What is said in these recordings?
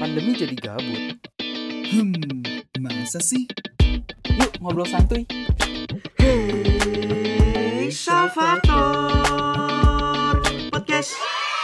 pandemi jadi gabut. Masa sih? Yuk ngobrol santuy. Hey, Salvator Podcast.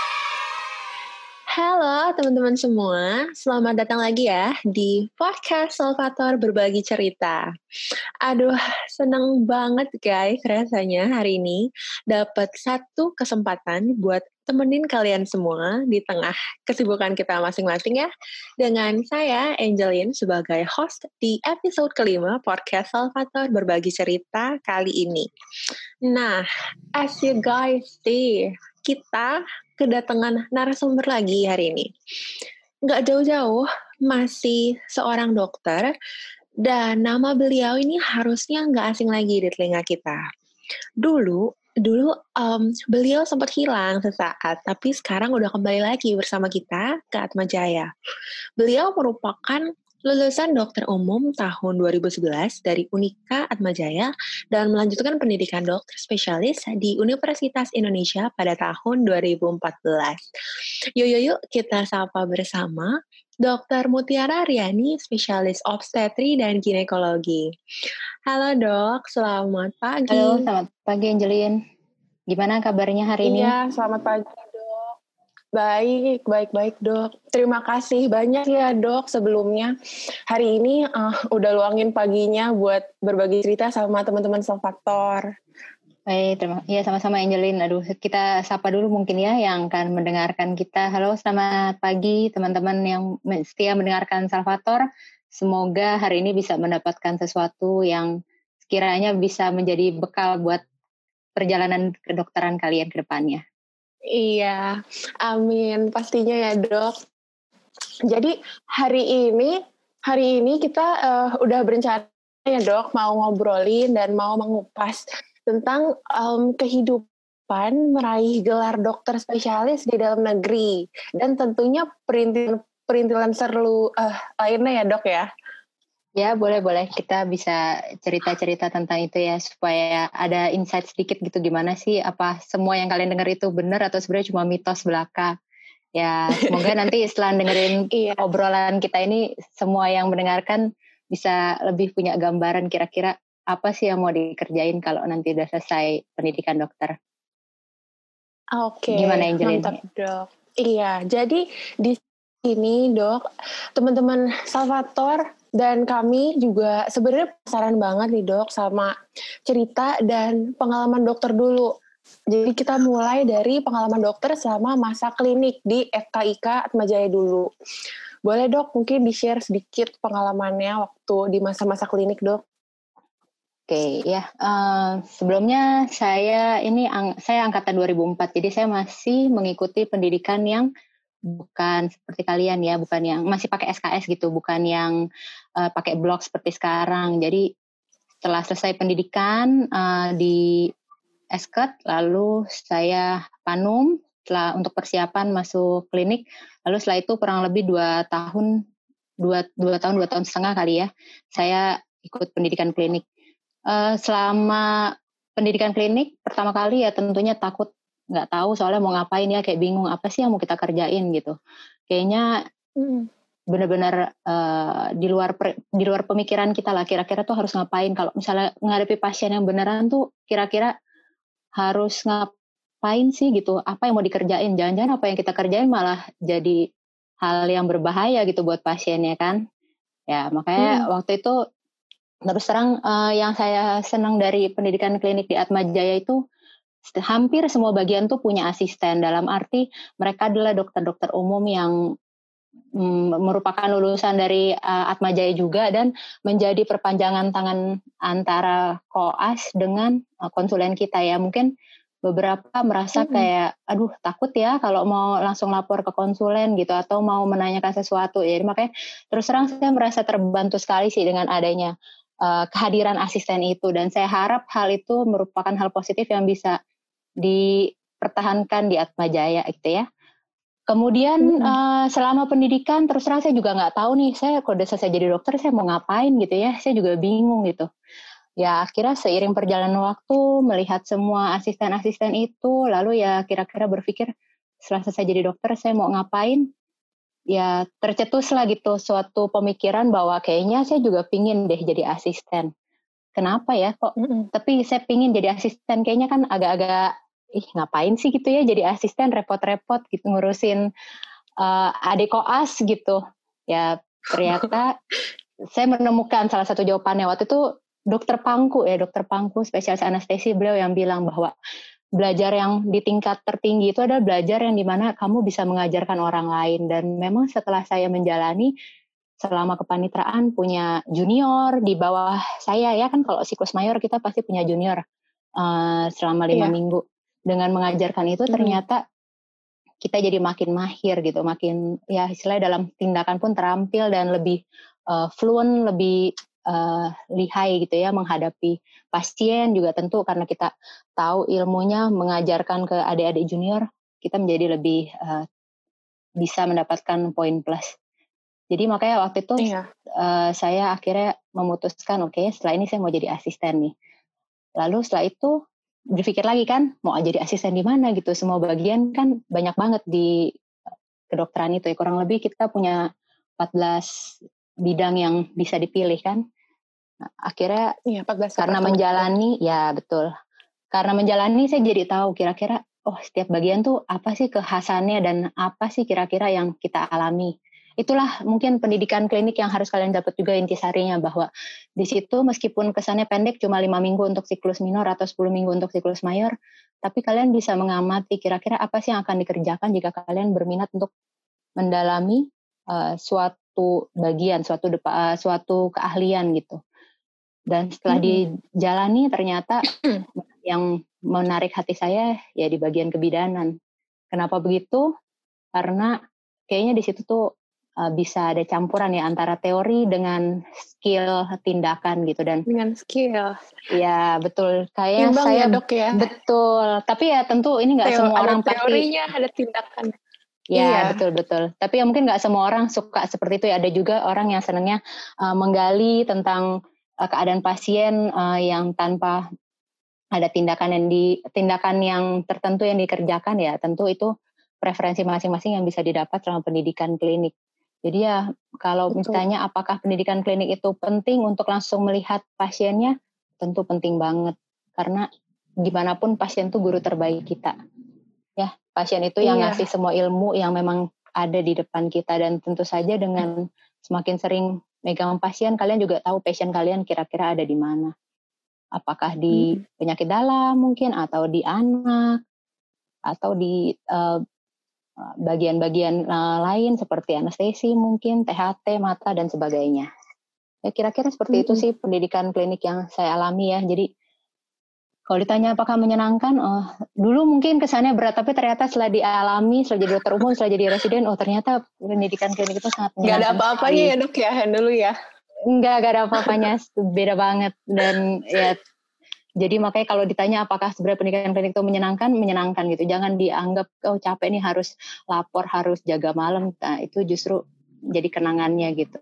Halo teman-teman semua, selamat datang lagi ya di Podcast Salvator Berbagi Cerita. Aduh, seneng banget guys rasanya hari ini dapat satu kesempatan buat temenin kalian semua di tengah kesibukan kita masing-masing ya. Dengan saya, Angelin, sebagai host di episode kelima Podcast Salvator Berbagi Cerita kali ini. Nah, as you guys see, kita kedatangan narasumber lagi hari ini. Nggak jauh-jauh, masih seorang dokter, dan nama beliau ini harusnya nggak asing lagi di telinga kita. Dulu beliau sempat hilang sesaat, tapi sekarang udah kembali lagi bersama kita ke Atmajaya. Beliau merupakan lulusan dokter umum tahun 2011 dari Unika Atmajaya dan melanjutkan pendidikan dokter spesialis di Universitas Indonesia pada tahun 2014. Yuk kita sapa bersama Dr. Mutiara Riani, spesialis obstetri dan ginekologi. Halo dok, selamat pagi. Halo, selamat pagi Angelin. Gimana kabarnya hari ini? Iya, selamat pagi dok. Baik dok. Terima kasih banyak ya dok sebelumnya. Hari ini udah luangin paginya buat berbagi cerita sama teman-teman Salvator. Baik, sama-sama Angelin. Aduh, kita sapa dulu mungkin ya yang akan mendengarkan kita. Halo, selamat pagi teman-teman yang setia mendengarkan Salvator. Semoga hari ini bisa mendapatkan sesuatu yang sekiranya bisa menjadi bekal buat perjalanan kedokteran kalian ke depannya. Iya, amin. Pastinya ya dok. Jadi hari ini kita udah berencana ya dok mau ngobrolin dan mau mengupas tentang kehidupan meraih gelar dokter spesialis di dalam negeri dan tentunya perintilan seru lainnya ya dok ya. Ya, boleh. Kita bisa cerita-cerita tentang itu ya, supaya ada insight sedikit gitu gimana sih, apa semua yang kalian dengar itu benar atau sebenarnya cuma mitos belaka. Ya, semoga nanti setelah dengerin obrolan kita ini, semua yang mendengarkan bisa lebih punya gambaran kira-kira apa sih yang mau dikerjain kalau nanti udah selesai pendidikan dokter. Oke, gimana Angelin? Mantap dok. Iya, jadi di sini dok, teman-teman Salvator dan kami juga sebenarnya penasaran banget nih dok sama cerita dan pengalaman dokter dulu. Jadi kita mulai dari pengalaman dokter selama masa klinik di FKIK Atmajaya dulu. Boleh dok mungkin di-share sedikit pengalamannya waktu di masa-masa klinik dok? Oke, ya. Sebelumnya saya angkatan 2004, jadi saya masih mengikuti pendidikan yang bukan seperti kalian ya, bukan yang masih pakai SKS gitu, bukan yang pakai blok seperti sekarang. Jadi setelah selesai pendidikan di Esket, lalu saya panum untuk persiapan masuk klinik. Lalu setelah itu kurang lebih 2 tahun setengah kali ya, saya ikut pendidikan klinik. Selama pendidikan klinik pertama kali ya tentunya takut, nggak tahu soalnya mau ngapain ya, kayak bingung apa sih yang mau kita kerjain gitu. Kayaknya benar-benar di luar pemikiran kita lah, kira-kira tuh harus ngapain kalau misalnya menghadapi pasien yang beneran tuh, kira-kira harus ngapain sih gitu, apa yang mau dikerjain, jangan-jangan apa yang kita kerjain malah jadi hal yang berbahaya gitu buat pasiennya kan. Ya makanya waktu itu terus terang yang saya senang dari pendidikan klinik di Atmajaya itu hampir semua bagian tuh punya asisten, dalam arti mereka adalah dokter-dokter umum yang merupakan lulusan dari Atmajaya juga dan menjadi perpanjangan tangan antara koas dengan konsulen kita ya. Mungkin beberapa merasa kayak aduh takut ya kalau mau langsung lapor ke konsulen gitu atau mau menanyakan sesuatu. Jadi makanya terus terang saya merasa terbantu sekali sih dengan adanya kehadiran asisten itu, dan saya harap hal itu merupakan hal positif yang bisa dipertahankan di Atmajaya gitu ya. Kemudian selama pendidikan terus terang saya juga nggak tahu nih, saya kalau udah selesai jadi dokter saya mau ngapain gitu ya, saya juga bingung gitu. Ya akhirnya seiring perjalanan waktu melihat semua asisten-asisten itu, lalu ya kira-kira berpikir setelah selesai jadi dokter saya mau ngapain. ya tercetus lah gitu suatu pemikiran bahwa kayaknya saya juga pingin deh jadi asisten. Kenapa ya kok? Tapi saya pingin jadi asisten, kayaknya kan agak-agak ngapain sih gitu ya jadi asisten, repot-repot gitu ngurusin adik koas gitu. Ya ternyata saya menemukan salah satu jawabannya waktu itu dokter Pangku spesialis anestesi, beliau yang bilang bahwa belajar yang di tingkat tertinggi itu adalah belajar yang dimana kamu bisa mengajarkan orang lain. Dan memang setelah saya menjalani selama kepanitraan punya junior di bawah saya ya kan, kalau siklus mayor kita pasti punya junior selama 5 minggu. Dengan mengajarkan itu ternyata kita jadi makin mahir gitu, makin ya istilahnya dalam tindakan pun terampil dan lebih fluent, lebih lihai gitu ya menghadapi pasien juga tentu karena kita tahu ilmunya mengajarkan ke adik-adik junior, kita menjadi lebih bisa mendapatkan poin plus. Jadi makanya waktu itu saya akhirnya memutuskan setelah ini saya mau jadi asisten nih. Lalu setelah itu berpikir lagi kan mau jadi asisten di mana gitu, semua bagian kan banyak banget di kedokteran itu ya, kurang lebih kita punya 14 bidang yang bisa dipilih kan. Nah, akhirnya karena menjalani ya betul. Karena menjalani saya jadi tahu kira-kira setiap bagian tuh apa sih kekhasannya dan apa sih kira-kira yang kita alami. Itulah mungkin pendidikan klinik yang harus kalian dapat juga intisarinya, bahwa di situ meskipun kesannya pendek cuma 5 minggu untuk siklus minor atau 10 minggu untuk siklus mayor, tapi kalian bisa mengamati kira-kira apa sih yang akan dikerjakan jika kalian berminat untuk mendalami suatu bagian, suatu keahlian gitu. Dan setelah dijalani ternyata yang menarik hati saya ya di bagian kebidanan. Kenapa begitu? Karena kayaknya di situ tuh bisa ada campuran ya antara teori dengan skill tindakan gitu. Dan dengan skill. Ya betul. Kayak Timbang saya ya, Dok ya. Betul. Tapi ya tentu ini nggak semua orang pasti. Ada teorinya, ada tindakan. Ya betul. Tapi ya mungkin nggak semua orang suka seperti itu ya. Ada juga orang yang senangnya menggali tentang keadaan pasien yang tanpa ada tindakan yang tertentu yang dikerjakan, ya tentu itu preferensi masing-masing yang bisa didapat selama pendidikan klinik. Jadi ya kalau misalnya apakah pendidikan klinik itu penting untuk langsung melihat pasiennya, tentu penting banget. Karena gimana pun pasien itu guru terbaik kita. Ya, pasien itu yang ngasih semua ilmu yang memang ada di depan kita. Dan tentu saja dengan semakin sering megang pasien, kalian juga tahu pasien kalian kira-kira ada di mana. Apakah di penyakit dalam mungkin, atau di anak, atau di bagian-bagian lain seperti anestesi mungkin, THT, mata, dan sebagainya. Ya kira-kira seperti itu sih pendidikan klinik yang saya alami ya. Jadi kalau ditanya apakah menyenangkan, dulu mungkin kesannya berat, tapi ternyata setelah dialami, setelah jadi dokter umum, setelah jadi residen, ternyata pendidikan klinik itu sangat menyenangkan. Gak ada apa-apanya ya Dok ya, dulu ya? Enggak ada apa-apanya, beda banget. Dan ya jadi makanya kalau ditanya apakah sebenarnya pendidikan klinik itu menyenangkan gitu. Jangan dianggap capek nih harus lapor, harus jaga malam. Nah, itu justru jadi kenangannya gitu.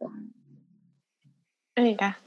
Iya.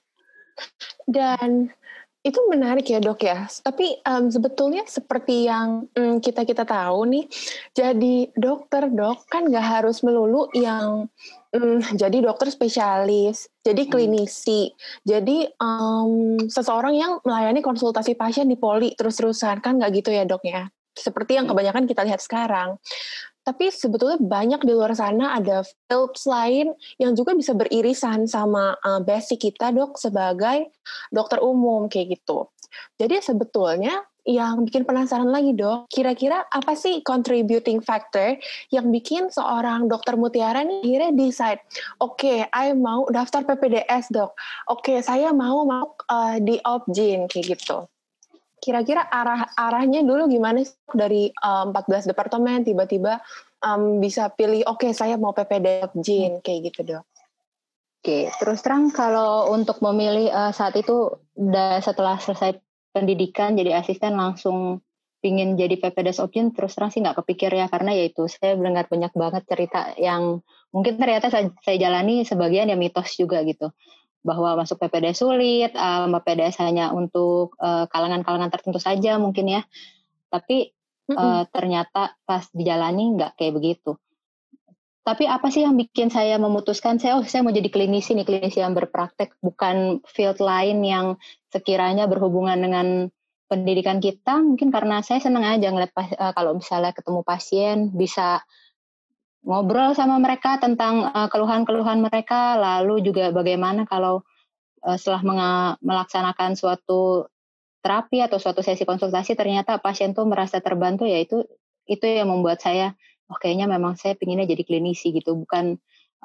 Dan itu menarik ya Dok ya. Tapi sebetulnya seperti yang kita tahu nih, jadi dokter Dok kan nggak harus melulu yang jadi dokter spesialis, jadi klinisi, jadi seseorang yang melayani konsultasi pasien di poli terus-terusan, kan nggak gitu ya Dok ya. Seperti yang kebanyakan kita lihat sekarang. Tapi sebetulnya banyak di luar sana ada fields lain yang juga bisa beririsan sama basic kita Dok sebagai dokter umum kayak gitu. Jadi sebetulnya yang bikin penasaran lagi Dok, kira-kira apa sih contributing factor yang bikin seorang dokter mutiara nih akhirnya decide, oke, I mau daftar PPDS Dok, oke, saya mau di Opjin kayak gitu. Kira-kira arahnya dulu gimana sih dari 14 departemen tiba-tiba bisa pilih saya mau PPD Opjin kayak gitu Dok. Oke, terus terang kalau untuk memilih saat itu setelah selesai pendidikan jadi asisten langsung pingin jadi PPDS Opjin, terus terang sih nggak kepikir ya, karena yaitu saya mendengar banyak banget cerita yang mungkin ternyata saya jalani sebagian ya mitos juga gitu. Bahwa masuk PPDS sulit, PPDS hanya untuk kalangan-kalangan tertentu saja mungkin ya. Tapi ternyata pas dijalani nggak kayak begitu. Tapi apa sih yang bikin saya memutuskan saya mau jadi klinisi yang berpraktek, bukan field lain yang sekiranya berhubungan dengan pendidikan kita. Mungkin karena saya senang aja ngeliat kalau misalnya ketemu pasien bisa ngobrol sama mereka tentang keluhan-keluhan mereka, lalu juga bagaimana kalau setelah melaksanakan suatu terapi atau suatu sesi konsultasi ternyata pasien tuh merasa terbantu, ya itu yang membuat saya kayaknya memang saya pinginnya jadi klinisi gitu, bukan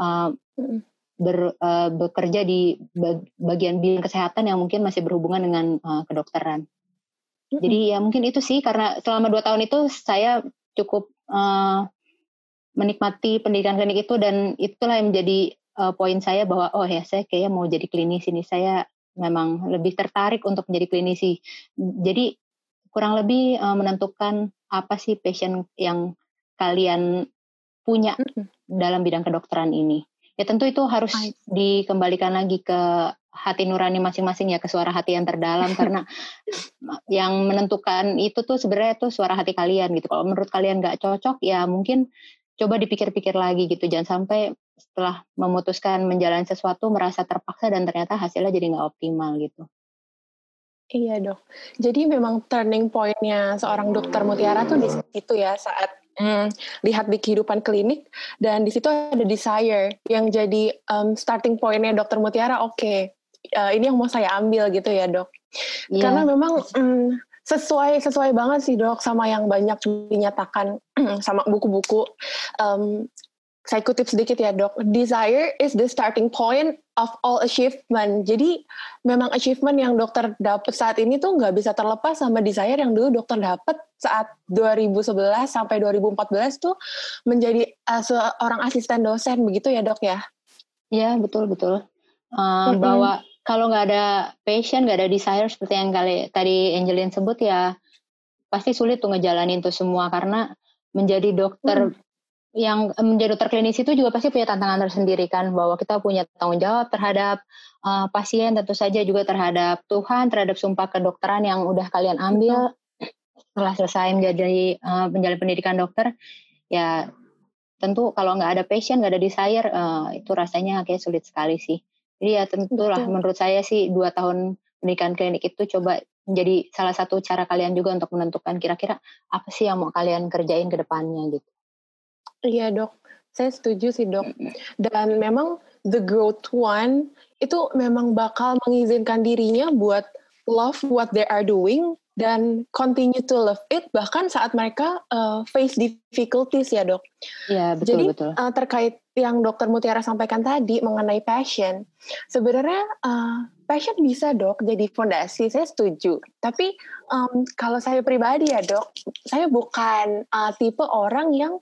bekerja di bagian bidang kesehatan yang mungkin masih berhubungan dengan kedokteran. Jadi ya mungkin itu sih, karena selama 2 tahun itu saya cukup menikmati pendidikan klinik itu, dan itulah yang menjadi poin saya bahwa saya kayaknya mau jadi klinisi nih, saya memang lebih tertarik untuk menjadi klinisi. Jadi kurang lebih menentukan apa sih passion yang kalian punya dalam bidang kedokteran ini. Ya tentu itu harus dikembalikan lagi ke hati nurani masing-masing ya, ke suara hati yang terdalam, karena yang menentukan itu tuh sebenarnya tuh suara hati kalian gitu. Kalau menurut kalian nggak cocok, ya mungkin coba dipikir-pikir lagi gitu. Jangan sampai setelah memutuskan menjalani sesuatu merasa terpaksa dan ternyata hasilnya jadi nggak optimal gitu. Iya dok. Jadi memang turning point-nya seorang dokter Mutiara tuh di situ ya, saat lihat di kehidupan klinik, dan di situ ada desire yang jadi starting point-nya dokter Mutiara. Oke, ini yang mau saya ambil gitu ya dok. Yeah. Karena memang sesuai banget sih dok sama yang banyak dinyatakan sama buku-buku. Saya kutip sedikit ya dok, desire is the starting point of all achievement. Jadi memang achievement yang dokter dapat saat ini tuh nggak bisa terlepas sama desire yang dulu dokter dapat saat 2011 sampai 2014 tuh menjadi seorang asisten dosen, begitu ya dok ya? Iya betul. Bahwa kalau nggak ada passion, nggak ada desire seperti yang tadi Angeline sebut, ya pasti sulit tuh ngejalanin itu semua, karena menjadi dokter yang menjadi dokter klinis itu juga pasti punya tantangan tersendiri kan, bahwa kita punya tanggung jawab terhadap pasien, tentu saja juga terhadap Tuhan, terhadap sumpah kedokteran yang udah kalian ambil setelah selesai menjadi menjalani pendidikan dokter. Ya tentu kalau nggak ada passion, nggak ada desire, itu rasanya kayak sulit sekali sih. Jadi ya tentulah menurut saya sih 2 tahun pendidikan klinik itu coba menjadi salah satu cara kalian juga untuk menentukan kira-kira apa sih yang mau kalian kerjain ke depannya gitu. Iya dok, saya setuju sih dok. Dan memang the growth one itu memang bakal mengizinkan dirinya buat love what they are doing dan continue to love it bahkan saat mereka face difficulties ya dok. Iya betul. Jadi terkait yang dokter Mutiara sampaikan tadi mengenai passion, sebenarnya passion bisa dok jadi fondasi, saya setuju. Tapi kalau saya pribadi ya dok, saya bukan tipe orang yang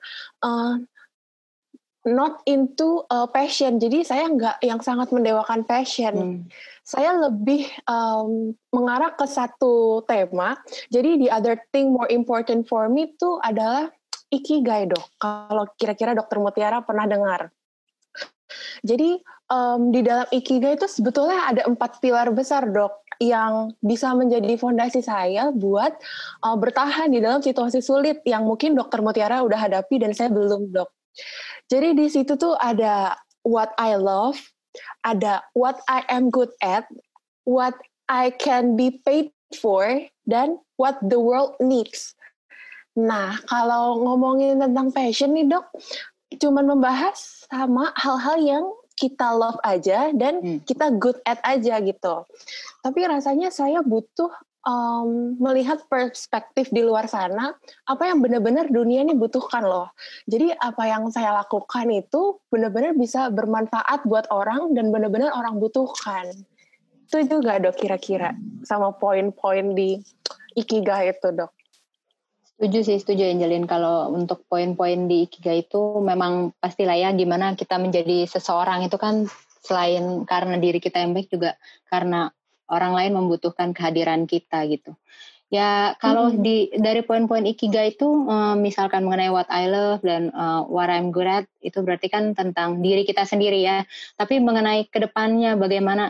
not into passion. Jadi saya nggak yang sangat mendewakan passion. Saya lebih mengarah ke satu tema. Jadi the other thing more important for me itu adalah ikigai dok. Kalau kira-kira dokter Mutiara pernah dengar. Jadi di dalam ikigai itu sebetulnya ada 4 pilar besar dok, yang bisa menjadi fondasi saya buat bertahan di dalam situasi sulit yang mungkin dokter Mutiara udah hadapi dan saya belum dok. Jadi di situ tuh ada what I love, ada what I am good at, what I can be paid for, dan what the world needs. Nah, kalau ngomongin tentang passion nih dok, cuman membahas sama hal-hal yang kita love aja dan kita good at aja gitu. Tapi rasanya saya butuh melihat perspektif di luar sana, apa yang benar-benar dunia ini butuhkan loh. Jadi apa yang saya lakukan itu benar-benar bisa bermanfaat buat orang dan benar-benar orang butuhkan. Itu juga dok kira-kira sama poin-poin di Ikigai itu dok. Setuju Angeline, kalau untuk poin-poin di Ikigai itu memang pastilah ya, gimana kita menjadi seseorang itu kan selain karena diri kita yang baik juga karena orang lain membutuhkan kehadiran kita gitu. Ya kalau dari poin-poin Ikigai itu misalkan mengenai what I love dan what I'm good at, itu berarti kan tentang diri kita sendiri ya. Tapi mengenai kedepannya bagaimana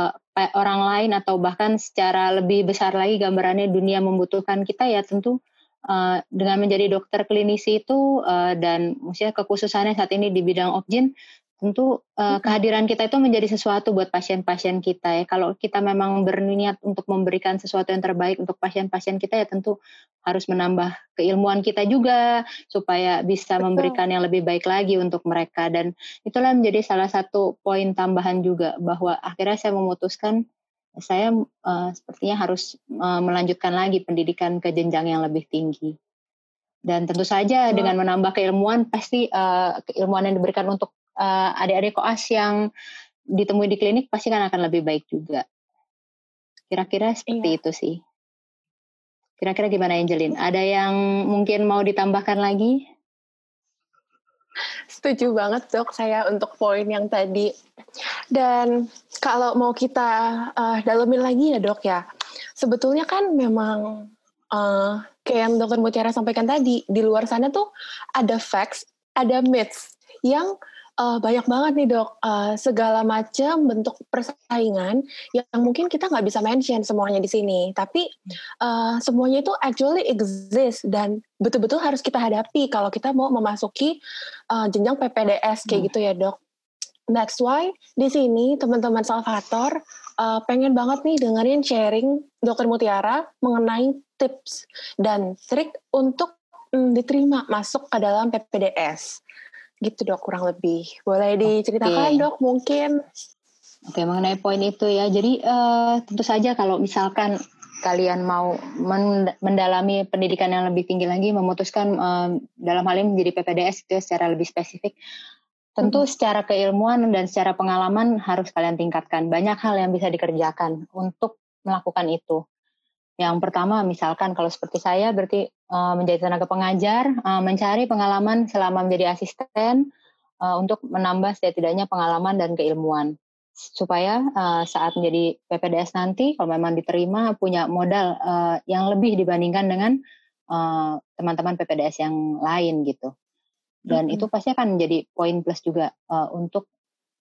orang lain atau bahkan secara lebih besar lagi gambarannya dunia membutuhkan kita, ya tentu dengan menjadi dokter klinisi itu dan maksudnya kekhususannya saat ini di bidang obgyn, tentu kehadiran kita itu menjadi sesuatu buat pasien-pasien kita ya. Kalau kita memang berniat untuk memberikan sesuatu yang terbaik untuk pasien-pasien kita ya tentu harus menambah keilmuan kita juga supaya bisa memberikan yang lebih baik lagi untuk mereka. Dan itulah menjadi salah satu poin tambahan juga bahwa akhirnya saya memutuskan saya sepertinya harus melanjutkan lagi pendidikan ke jenjang yang lebih tinggi. Dan tentu saja dengan menambah keilmuan pasti keilmuan yang diberikan untuk adik-adik koas yang ditemui di klinik pasti kan akan lebih baik juga. Kira-kira seperti itu sih. Kira-kira gimana Angelin? Ada yang mungkin mau ditambahkan lagi? Setuju banget Dok saya untuk poin yang tadi. Dan kalau mau kita dalemin lagi ya Dok ya, sebetulnya kan memang kayak yang Dr. Mutiara sampaikan tadi, di luar sana tuh ada facts, ada myths yang banyak banget nih Dok, segala macam bentuk persaingan yang mungkin kita nggak bisa mention semuanya di sini, tapi semuanya itu actually exist dan betul-betul harus kita hadapi kalau kita mau memasuki jenjang PPDS kayak gitu ya Dok. That's why di sini teman-teman Salvator pengen banget nih dengerin sharing Dr. Mutiara mengenai tips dan trik untuk diterima masuk ke dalam PPDS. Gitu Dok kurang lebih. Boleh diceritakan Dok mungkin? Oke, mengenai poin itu ya. Jadi tentu saja kalau misalkan kalian mau mendalami pendidikan yang lebih tinggi lagi, memutuskan dalam hal ini menjadi PPDS itu secara lebih spesifik, tentu secara keilmuan dan secara pengalaman harus kalian tingkatkan. Banyak hal yang bisa dikerjakan untuk melakukan itu. Yang pertama misalkan kalau seperti saya berarti menjadi tenaga pengajar, mencari pengalaman selama menjadi asisten untuk menambah setidaknya pengalaman dan keilmuan. Supaya saat menjadi PPDS nanti kalau memang diterima punya modal yang lebih dibandingkan dengan teman-teman PPDS yang lain gitu. Dan itu pasti akan menjadi poin plus juga untuk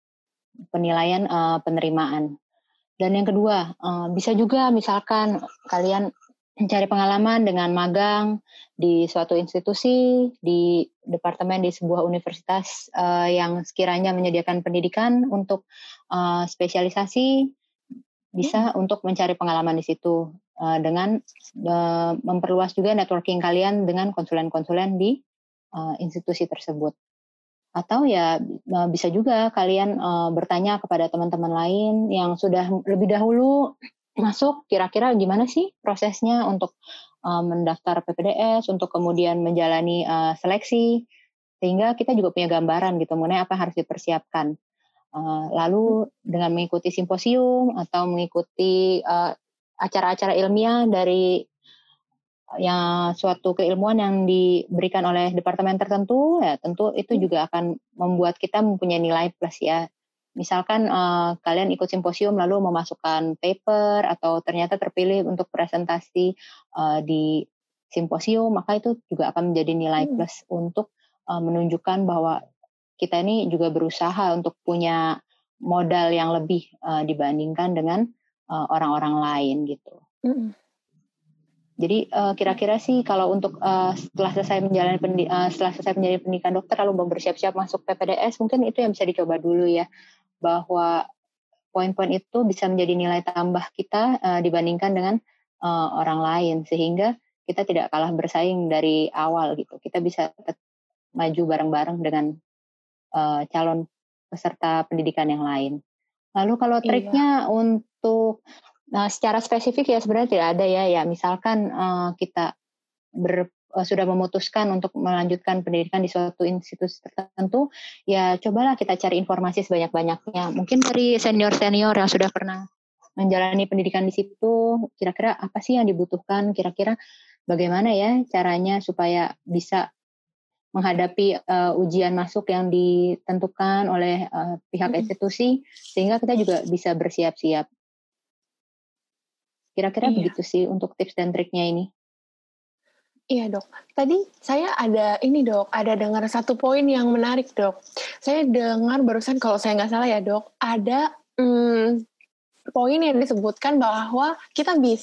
penilaian penerimaan. Dan yang kedua, bisa juga misalkan kalian mencari pengalaman dengan magang di suatu institusi, di departemen di sebuah universitas yang sekiranya menyediakan pendidikan untuk spesialisasi, bisa untuk mencari pengalaman di situ dengan memperluas juga networking kalian dengan konsulen-konsulen di institusi tersebut. Atau ya bisa juga kalian bertanya kepada teman-teman lain yang sudah lebih dahulu masuk, kira-kira gimana sih prosesnya untuk mendaftar PPDS, untuk kemudian menjalani seleksi, sehingga kita juga punya gambaran gitu mengenai apa yang harus dipersiapkan. Lalu dengan mengikuti simposium atau mengikuti acara-acara ilmiah dari yang suatu keilmuan yang diberikan oleh departemen tertentu, ya tentu itu juga akan membuat kita mempunyai nilai plus ya. Misalkan kalian ikut simposium lalu memasukkan paper atau ternyata terpilih untuk presentasi di simposium, maka itu juga akan menjadi nilai plus untuk menunjukkan bahwa kita ini juga berusaha untuk punya modal yang lebih dibandingkan dengan orang-orang lain gitu. Jadi kira-kira sih kalau untuk setelah selesai menjalani pendidikan dokter lalu bersiap-siap masuk PPDS, mungkin itu yang bisa dicoba dulu ya, bahwa poin-poin itu bisa menjadi nilai tambah kita dibandingkan dengan orang lain, sehingga kita tidak kalah bersaing dari awal gitu. Kita bisa maju bareng-bareng dengan calon peserta pendidikan yang lain. Lalu kalau triknya untuk secara spesifik ya sebenarnya tidak ada ya. Ya misalkan kita sudah memutuskan untuk melanjutkan pendidikan di suatu institusi tertentu, ya cobalah kita cari informasi sebanyak-banyaknya. Mungkin dari senior-senior yang sudah pernah menjalani pendidikan di situ, kira-kira apa sih yang dibutuhkan, kira-kira bagaimana ya caranya supaya bisa menghadapi ujian masuk yang ditentukan oleh pihak institusi, sehingga kita juga bisa bersiap-siap. Kira-kira begitu sih untuk tips dan triknya ini. Iya dok, tadi saya ada dengar satu poin yang menarik dok. Saya dengar barusan kalau saya nggak salah ya dok, ada poin yang disebutkan bahwa kita bisa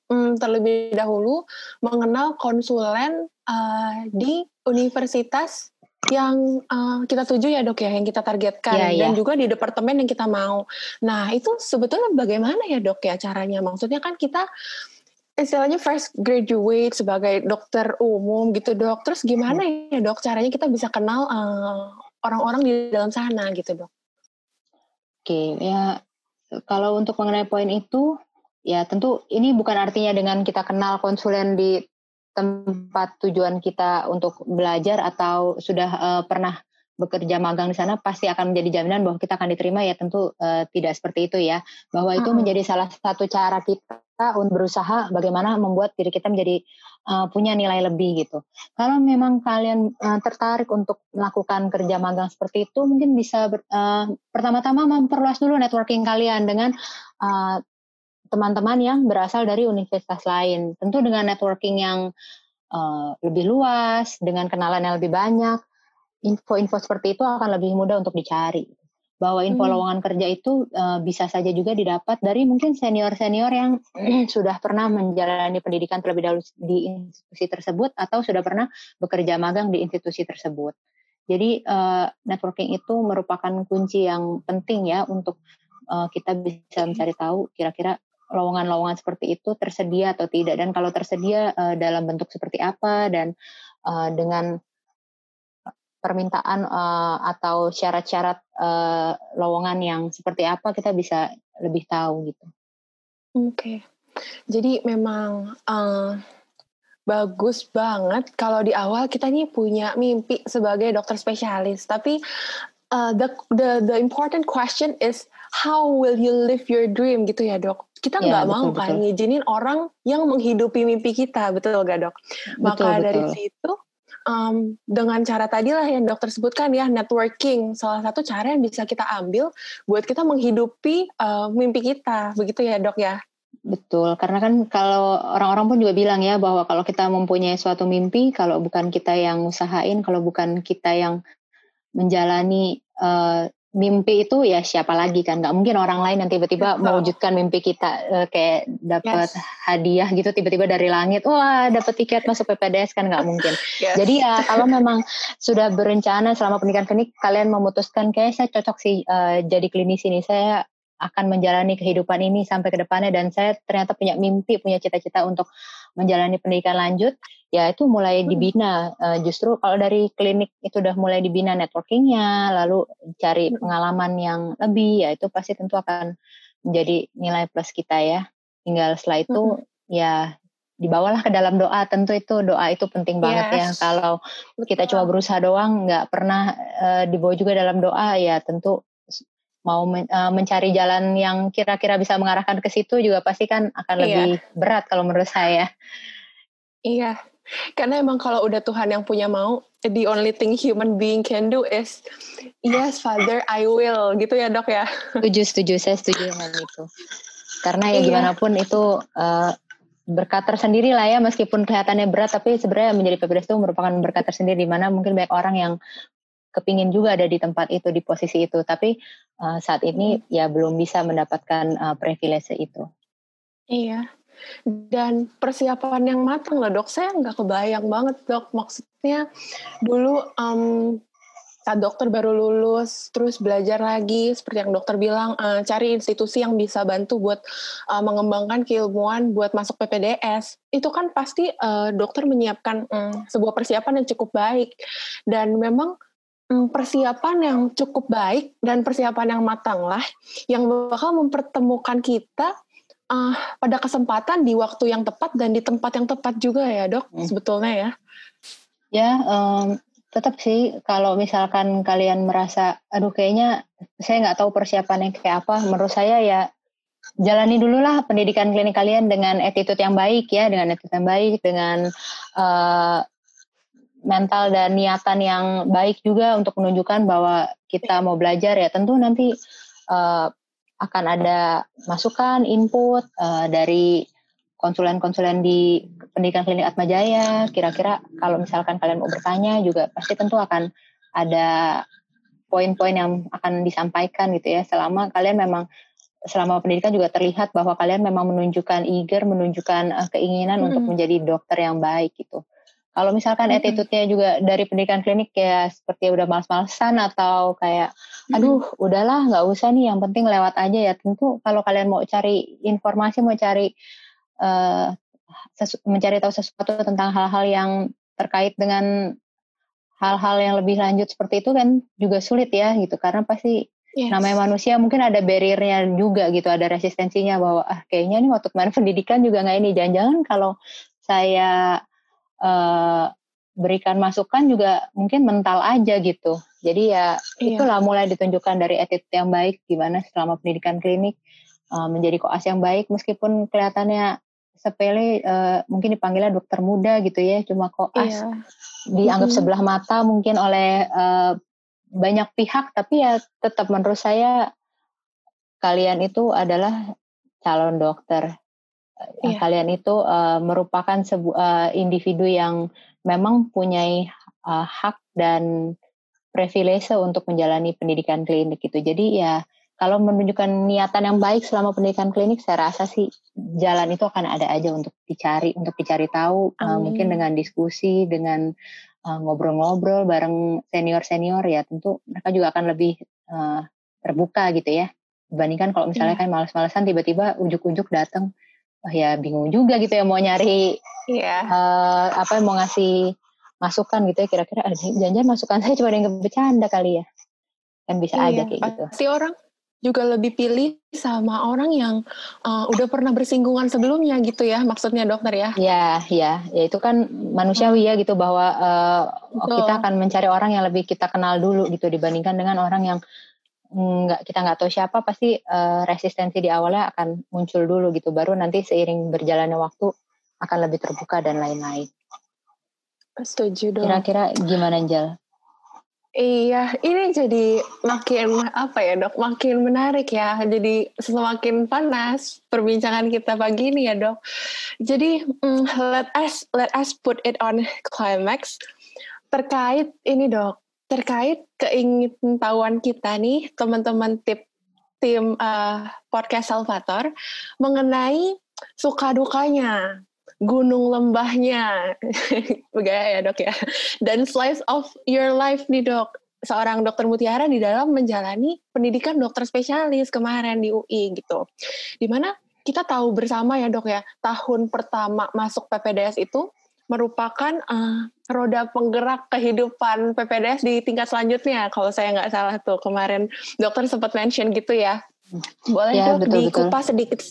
terlebih dahulu mengenal konsulen di universitas yang kita tuju ya dok ya, yang kita targetkan, dan juga di departemen yang kita mau. Nah itu sebetulnya bagaimana ya dok ya caranya? Maksudnya kan kita istilahnya fresh graduate sebagai dokter umum gitu dok. Terus gimana ya dok caranya kita bisa kenal orang-orang di dalam sana gitu dok? Oke, ya kalau untuk mengenai poin itu, ya tentu ini bukan artinya dengan kita kenal konsulen di tempat tujuan kita untuk belajar atau sudah pernah bekerja magang di sana pasti akan menjadi jaminan bahwa kita akan diterima, ya tentu tidak seperti itu ya. Bahwa itu menjadi salah satu cara kita untuk berusaha bagaimana membuat diri kita menjadi punya nilai lebih gitu. Kalau memang kalian tertarik untuk melakukan kerja magang seperti itu, mungkin bisa pertama-tama memperluas dulu networking kalian dengan teman-teman yang berasal dari universitas lain. Tentu dengan networking yang lebih luas, dengan kenalan yang lebih banyak, info-info seperti itu akan lebih mudah untuk dicari. Bahwa info lowongan kerja itu bisa saja juga didapat dari mungkin senior-senior yang sudah pernah menjalani pendidikan terlebih dahulu di institusi tersebut atau sudah pernah bekerja magang di institusi tersebut. Jadi networking itu merupakan kunci yang penting ya untuk kita bisa mencari tahu kira-kira lowongan-lowongan seperti itu tersedia atau tidak, dan kalau tersedia dalam bentuk seperti apa, dan dengan permintaan atau syarat-syarat lowongan yang seperti apa, kita bisa lebih tahu gitu. Oke. Jadi memang bagus banget kalau di awal kita nih punya mimpi sebagai dokter spesialis. Tapi the important question is how will you live your dream gitu ya dok. Kita nggak mau kan ngizinin orang yang menghidupi mimpi kita, betul gak dok? Maka dari situ dengan cara tadi lah yang dokter sebutkan ya, networking salah satu cara yang bisa kita ambil buat kita menghidupi mimpi kita, begitu ya dok ya? Betul, karena kan kalau orang-orang pun juga bilang ya bahwa kalau kita mempunyai suatu mimpi, kalau bukan kita yang usahain, kalau bukan kita yang menjalani mimpi itu, ya siapa lagi kan? Gak mungkin orang lain yang tiba-tiba mewujudkan mimpi kita, kayak dapat hadiah gitu tiba-tiba dari langit, wah dapat tiket masuk PPDS, kan gak mungkin. Jadi ya kalau memang sudah berencana selama pendidikan klinik, kalian memutuskan kayak saya cocok sih jadi klinisi nih, saya akan menjalani kehidupan ini sampai ke depannya, dan saya ternyata punya mimpi, punya cita-cita untuk menjalani pendidikan lanjut, ya itu mulai dibina. Justru kalau dari klinik itu udah mulai dibina networkingnya, lalu cari pengalaman yang lebih, ya itu pasti tentu akan menjadi nilai plus kita ya. Tinggal setelah itu ya dibawalah ke dalam doa. Tentu itu doa itu penting banget ya. Kalau kita cuma berusaha doang, nggak pernah dibawa juga dalam doa, ya tentu mau mencari jalan yang kira-kira bisa mengarahkan ke situ juga pasti kan akan lebih berat kalau menurut saya. Iya, karena emang kalau udah Tuhan yang punya mau, the only thing human being can do is yes Father I will, gitu ya dok ya. Setuju, saya setuju dengan itu. Karena ya gimana pun itu berkat tersendiri lah ya, meskipun kelihatannya berat, tapi sebenarnya menjadi PPDS itu merupakan berkat tersendiri, di mana mungkin banyak orang yang kepingin juga ada di tempat itu, di posisi itu, tapi saat ini ya belum bisa mendapatkan privilege itu. Iya, dan persiapan yang matang lah dok, saya nggak kebayang banget dok, maksudnya dulu saat dokter baru lulus, terus belajar lagi, seperti yang dokter bilang, cari institusi yang bisa bantu buat mengembangkan keilmuan buat masuk PPDS. Itu kan pasti dokter menyiapkan sebuah persiapan yang cukup baik, dan memang persiapan yang cukup baik dan persiapan yang matang lah yang bakal mempertemukan kita pada kesempatan di waktu yang tepat dan di tempat yang tepat juga ya dok, sebetulnya ya. Ya, tetap sih kalau misalkan kalian merasa aduh kayaknya saya nggak tahu persiapannya kayak apa, menurut saya ya jalani dulu lah pendidikan klinik kalian dengan attitude yang baik ya, dengan mental dan niatan yang baik juga untuk menunjukkan bahwa kita mau belajar, ya tentu nanti akan ada masukan, input dari konsulen-konsulen di pendidikan klinik Atmajaya. Kira-kira kalau misalkan kalian mau bertanya juga pasti tentu akan ada poin-poin yang akan disampaikan gitu ya, selama kalian memang selama pendidikan juga terlihat bahwa kalian memang menunjukkan keinginan untuk menjadi dokter yang baik gitu. Kalau misalkan attitude-nya juga dari pendidikan klinik kayak seperti udah malas-malasan atau kayak aduh udahlah nggak usah nih, yang penting lewat aja ya. Tentu kalau kalian mau cari informasi, mau cari mencari tahu sesuatu tentang hal-hal yang terkait dengan hal-hal yang lebih lanjut seperti itu kan juga sulit ya gitu, karena pasti namanya manusia mungkin ada barrier-nya juga gitu, ada resistensinya bahwa kayaknya nih waktu kemarin pendidikan juga nggak ini, jangan-jangan kalau saya berikan masukan juga mungkin mental aja gitu. Jadi ya itulah mulai ditunjukkan dari attitude yang baik gimana selama pendidikan klinik, menjadi koas yang baik meskipun kelihatannya sepele, mungkin dipanggilnya dokter muda gitu ya, cuma koas dianggap sebelah mata mungkin oleh banyak pihak, tapi ya tetap menurut saya kalian itu adalah calon dokter. Kalian itu merupakan sebuah individu yang memang punya hak dan privilege untuk menjalani pendidikan klinik gitu. Jadi ya kalau menunjukkan niatan yang baik selama pendidikan klinik, saya rasa sih jalan itu akan ada aja untuk dicari tahu, mungkin dengan diskusi, dengan ngobrol-ngobrol bareng senior-senior ya, tentu mereka juga akan lebih terbuka gitu ya. Dibandingkan kalau misalnya kan malas-malasan tiba-tiba ujuk-ujuk datang, ya bingung juga gitu ya mau nyari mau ngasih masukan gitu ya, kira-kira jangan-jangan masukan saya cuma yang bercanda kali ya, kan bisa aja kayak gitu. Pasti orang juga lebih pilih sama orang yang udah pernah bersinggungan sebelumnya gitu ya, maksudnya dokter ya. Ya itu kan manusiawi ya gitu, bahwa kita akan mencari orang yang lebih kita kenal dulu gitu, dibandingkan dengan orang yang kita nggak tahu siapa. Pasti resistensi di awalnya akan muncul dulu gitu, baru nanti seiring berjalannya waktu akan lebih terbuka dan lain-lain. Setuju dong. Kira-kira gimana, Jal? Iya, ini jadi makin dok, makin menarik ya. Jadi semakin panas perbincangan kita pagi ini ya dok. Jadi let us put it on climax terkait ini dok. Terkait keingintahuan kita nih teman-teman tim podcast Salvator mengenai suka dukanya, gunung lembahnya, begaya ya dok ya, dan slice of your life nih dok, seorang dokter Mutiara di dalam menjalani pendidikan dokter spesialis kemarin di UI gitu, dimana kita tahu bersama ya dok ya, tahun pertama masuk PPDS itu merupakan roda penggerak kehidupan PPDS di tingkat selanjutnya, kalau saya nggak salah tuh kemarin dokter sempat mention gitu ya. Boleh ya, dok dikupas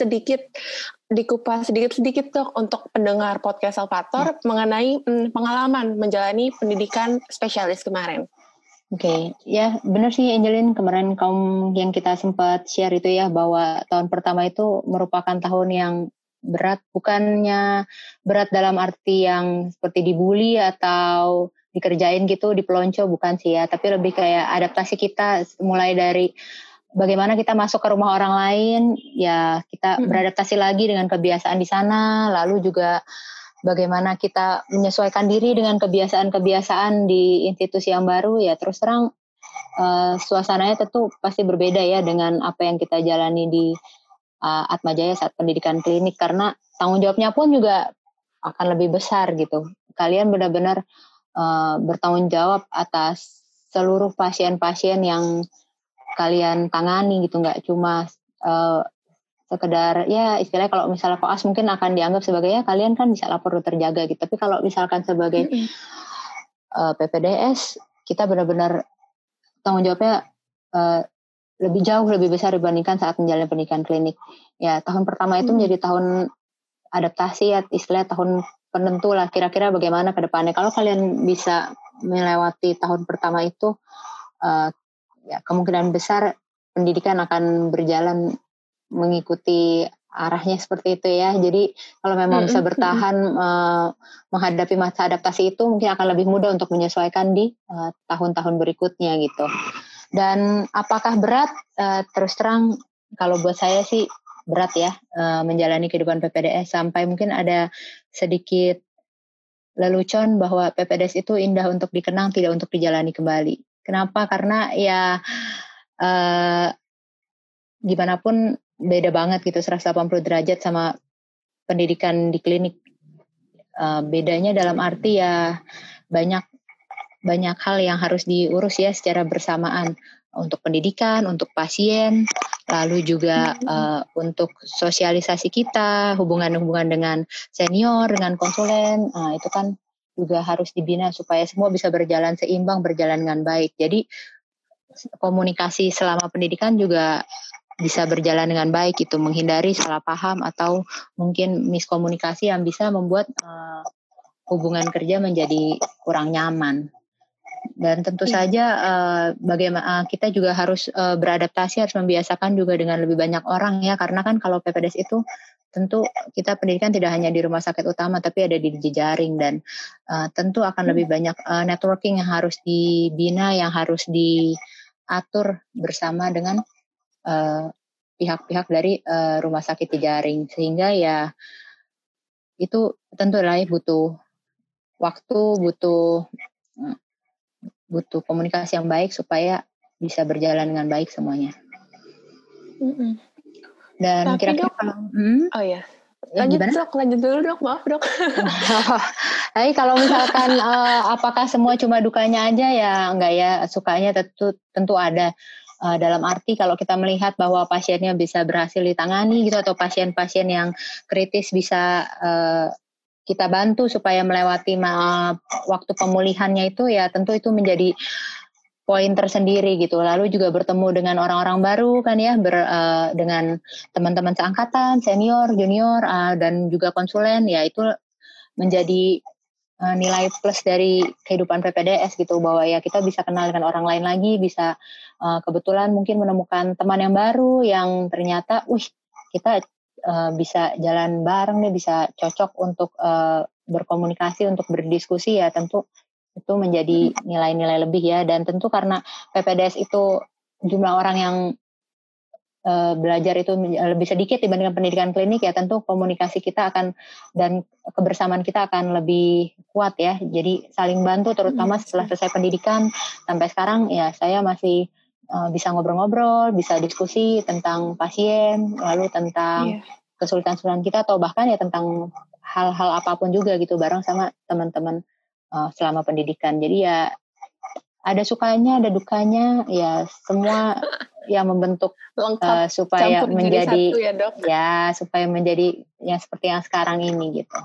sedikit dok untuk pendengar podcast Salvator mengenai pengalaman menjalani pendidikan spesialis kemarin. Oke, ya benar sih Angelin, kemarin yang kita sempat share itu ya, bahwa tahun pertama itu merupakan tahun yang berat, bukannya berat dalam arti yang seperti dibully atau dikerjain gitu, dipelonco, bukan sih ya, tapi lebih kayak adaptasi kita mulai dari bagaimana kita masuk ke rumah orang lain, ya kita beradaptasi lagi dengan kebiasaan di sana, lalu juga bagaimana kita menyesuaikan diri dengan kebiasaan-kebiasaan di institusi yang baru, ya terus terang suasananya tentu pasti berbeda ya dengan apa yang kita jalani di Atmajaya saat pendidikan klinik, karena tanggung jawabnya pun juga akan lebih besar gitu. Kalian benar-benar bertanggung jawab atas seluruh pasien-pasien yang kalian tangani gitu, nggak cuma sekedar ya istilahnya kalau misalnya koas mungkin akan dianggap sebagai ya kalian kan bisa lapor dokter jaga gitu, tapi kalau misalkan sebagai PPDS kita benar-benar tanggung jawabnya lebih besar dibandingkan saat menjalani pendidikan klinik. Ya tahun pertama itu menjadi tahun adaptasi ya, istilahnya tahun penentu lah kira-kira bagaimana ke depannya. Kalau kalian bisa melewati tahun pertama itu, ya kemungkinan besar pendidikan akan berjalan mengikuti arahnya seperti itu ya. Jadi kalau memang bisa bertahan menghadapi masa adaptasi itu, mungkin akan lebih mudah untuk menyesuaikan di tahun-tahun berikutnya gitu. Dan apakah berat? Terus terang kalau buat saya sih berat ya, menjalani kehidupan PPDS, sampai mungkin ada sedikit lelucon bahwa PPDS itu indah untuk dikenang, tidak untuk dijalani kembali. Kenapa? Karena ya gimana pun beda banget gitu 180 derajat sama pendidikan di klinik. Bedanya dalam arti ya banyak hal yang harus diurus ya secara bersamaan, untuk pendidikan, untuk pasien, lalu juga untuk sosialisasi kita, hubungan-hubungan dengan senior, dengan konsulen, itu kan juga harus dibina supaya semua bisa berjalan seimbang, berjalan dengan baik. Jadi komunikasi selama pendidikan juga bisa berjalan dengan baik itu, menghindari salah paham atau mungkin miskomunikasi yang bisa membuat hubungan kerja menjadi kurang nyaman. Dan tentu saja bagaimana kita juga harus beradaptasi, harus membiasakan juga dengan lebih banyak orang ya, karena kan kalau PPDS itu tentu kita pendidikan tidak hanya di rumah sakit utama tapi ada di jejaring, dan tentu akan lebih banyak networking yang harus dibina, yang harus diatur bersama dengan pihak-pihak dari rumah sakit jejaring, sehingga ya itu tentu lah butuh waktu, butuh komunikasi yang baik supaya bisa berjalan dengan baik semuanya. Dan tapi kira-kira Dok, kalau lanjut dulu Dok, maaf Dok. Tapi kalau misalkan apakah semua cuma dukanya aja, ya enggak ya, sukanya tentu ada. Dalam arti kalau kita melihat bahwa pasiennya bisa berhasil ditangani gitu, atau pasien-pasien yang kritis bisa kita bantu supaya melewati waktu pemulihannya itu, ya tentu itu menjadi poin tersendiri gitu. Lalu juga bertemu dengan orang-orang baru kan ya, dengan teman-teman seangkatan, senior, junior, dan juga konsulen, ya itu menjadi nilai plus dari kehidupan PPDS gitu, bahwa ya kita bisa kenal dengan orang lain lagi, bisa kebetulan mungkin menemukan teman yang baru yang ternyata kita bisa jalan bareng nih, bisa cocok untuk berkomunikasi, untuk berdiskusi, ya tentu itu menjadi nilai-nilai lebih ya. Dan tentu karena PPDS itu jumlah orang yang belajar itu lebih sedikit dibandingkan pendidikan klinik, ya tentu komunikasi kita akan dan kebersamaan kita akan lebih kuat ya. Jadi saling bantu, terutama setelah selesai pendidikan sampai sekarang ya saya masih bisa ngobrol-ngobrol, bisa diskusi tentang pasien, lalu tentang kesulitan-kesulitan kita, atau bahkan ya tentang hal-hal apapun juga gitu bareng sama teman-teman selama pendidikan. Jadi ya ada sukanya, ada dukanya, ya semua yang membentuk lengkap, supaya menjadi satu ya Dok. Ya supaya menjadi yang seperti yang sekarang ini gitu.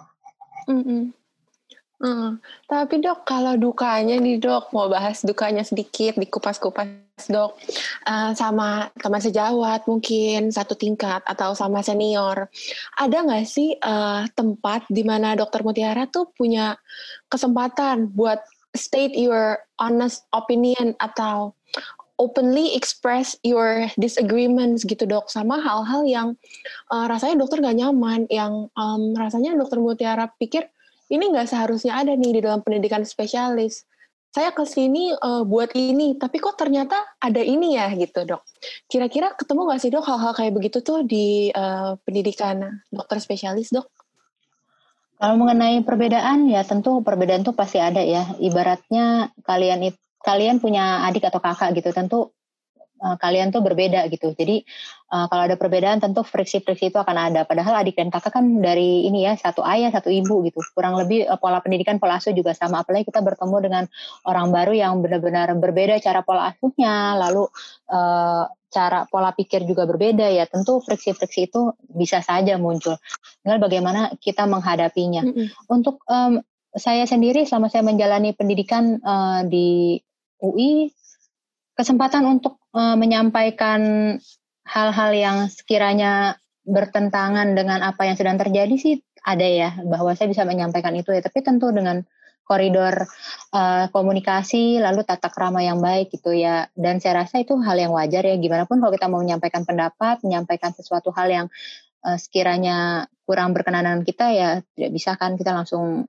Tapi Dok, kalau dukanya nih Dok, mau bahas dukanya sedikit, dikupas-kupas Dok, sama teman sejawat mungkin satu tingkat atau sama senior, ada nggak sih tempat di mana Dokter Mutiara tuh punya kesempatan buat state your honest opinion atau openly express your disagreements gitu Dok, sama hal-hal yang rasanya dokter nggak nyaman, yang rasanya Dokter Mutiara pikir ini nggak seharusnya ada nih di dalam pendidikan spesialis. Saya kesini buat ini, tapi kok ternyata ada ini ya gitu Dok. Kira-kira ketemu nggak sih Dok hal-hal kayak begitu tuh di pendidikan dokter spesialis Dok? Kalau mengenai perbedaan, ya tentu perbedaan tuh pasti ada ya. Ibaratnya kalian punya adik atau kakak gitu, tentu kalian tuh berbeda gitu. Jadi kalau ada perbedaan tentu friksi-friksi itu akan ada. Padahal adik dan kakak kan dari ini ya, satu ayah satu ibu gitu. Kurang lebih pola pendidikan, pola asuh juga sama. Apalagi kita bertemu dengan orang baru yang benar-benar berbeda cara pola asuhnya, lalu cara pola pikir juga berbeda, ya tentu friksi-friksi itu bisa saja muncul. Tinggal bagaimana kita menghadapinya. Untuk saya sendiri selama saya menjalani pendidikan di UI, kesempatan untuk menyampaikan hal-hal yang sekiranya bertentangan dengan apa yang sedang terjadi sih ada ya, bahwa saya bisa menyampaikan itu ya, tapi tentu dengan koridor komunikasi lalu tata krama yang baik gitu ya. Dan saya rasa itu hal yang wajar ya, gimana pun kalau kita mau menyampaikan pendapat, menyampaikan sesuatu hal yang sekiranya kurang berkenan dengan kita, ya tidak bisa kan kita langsung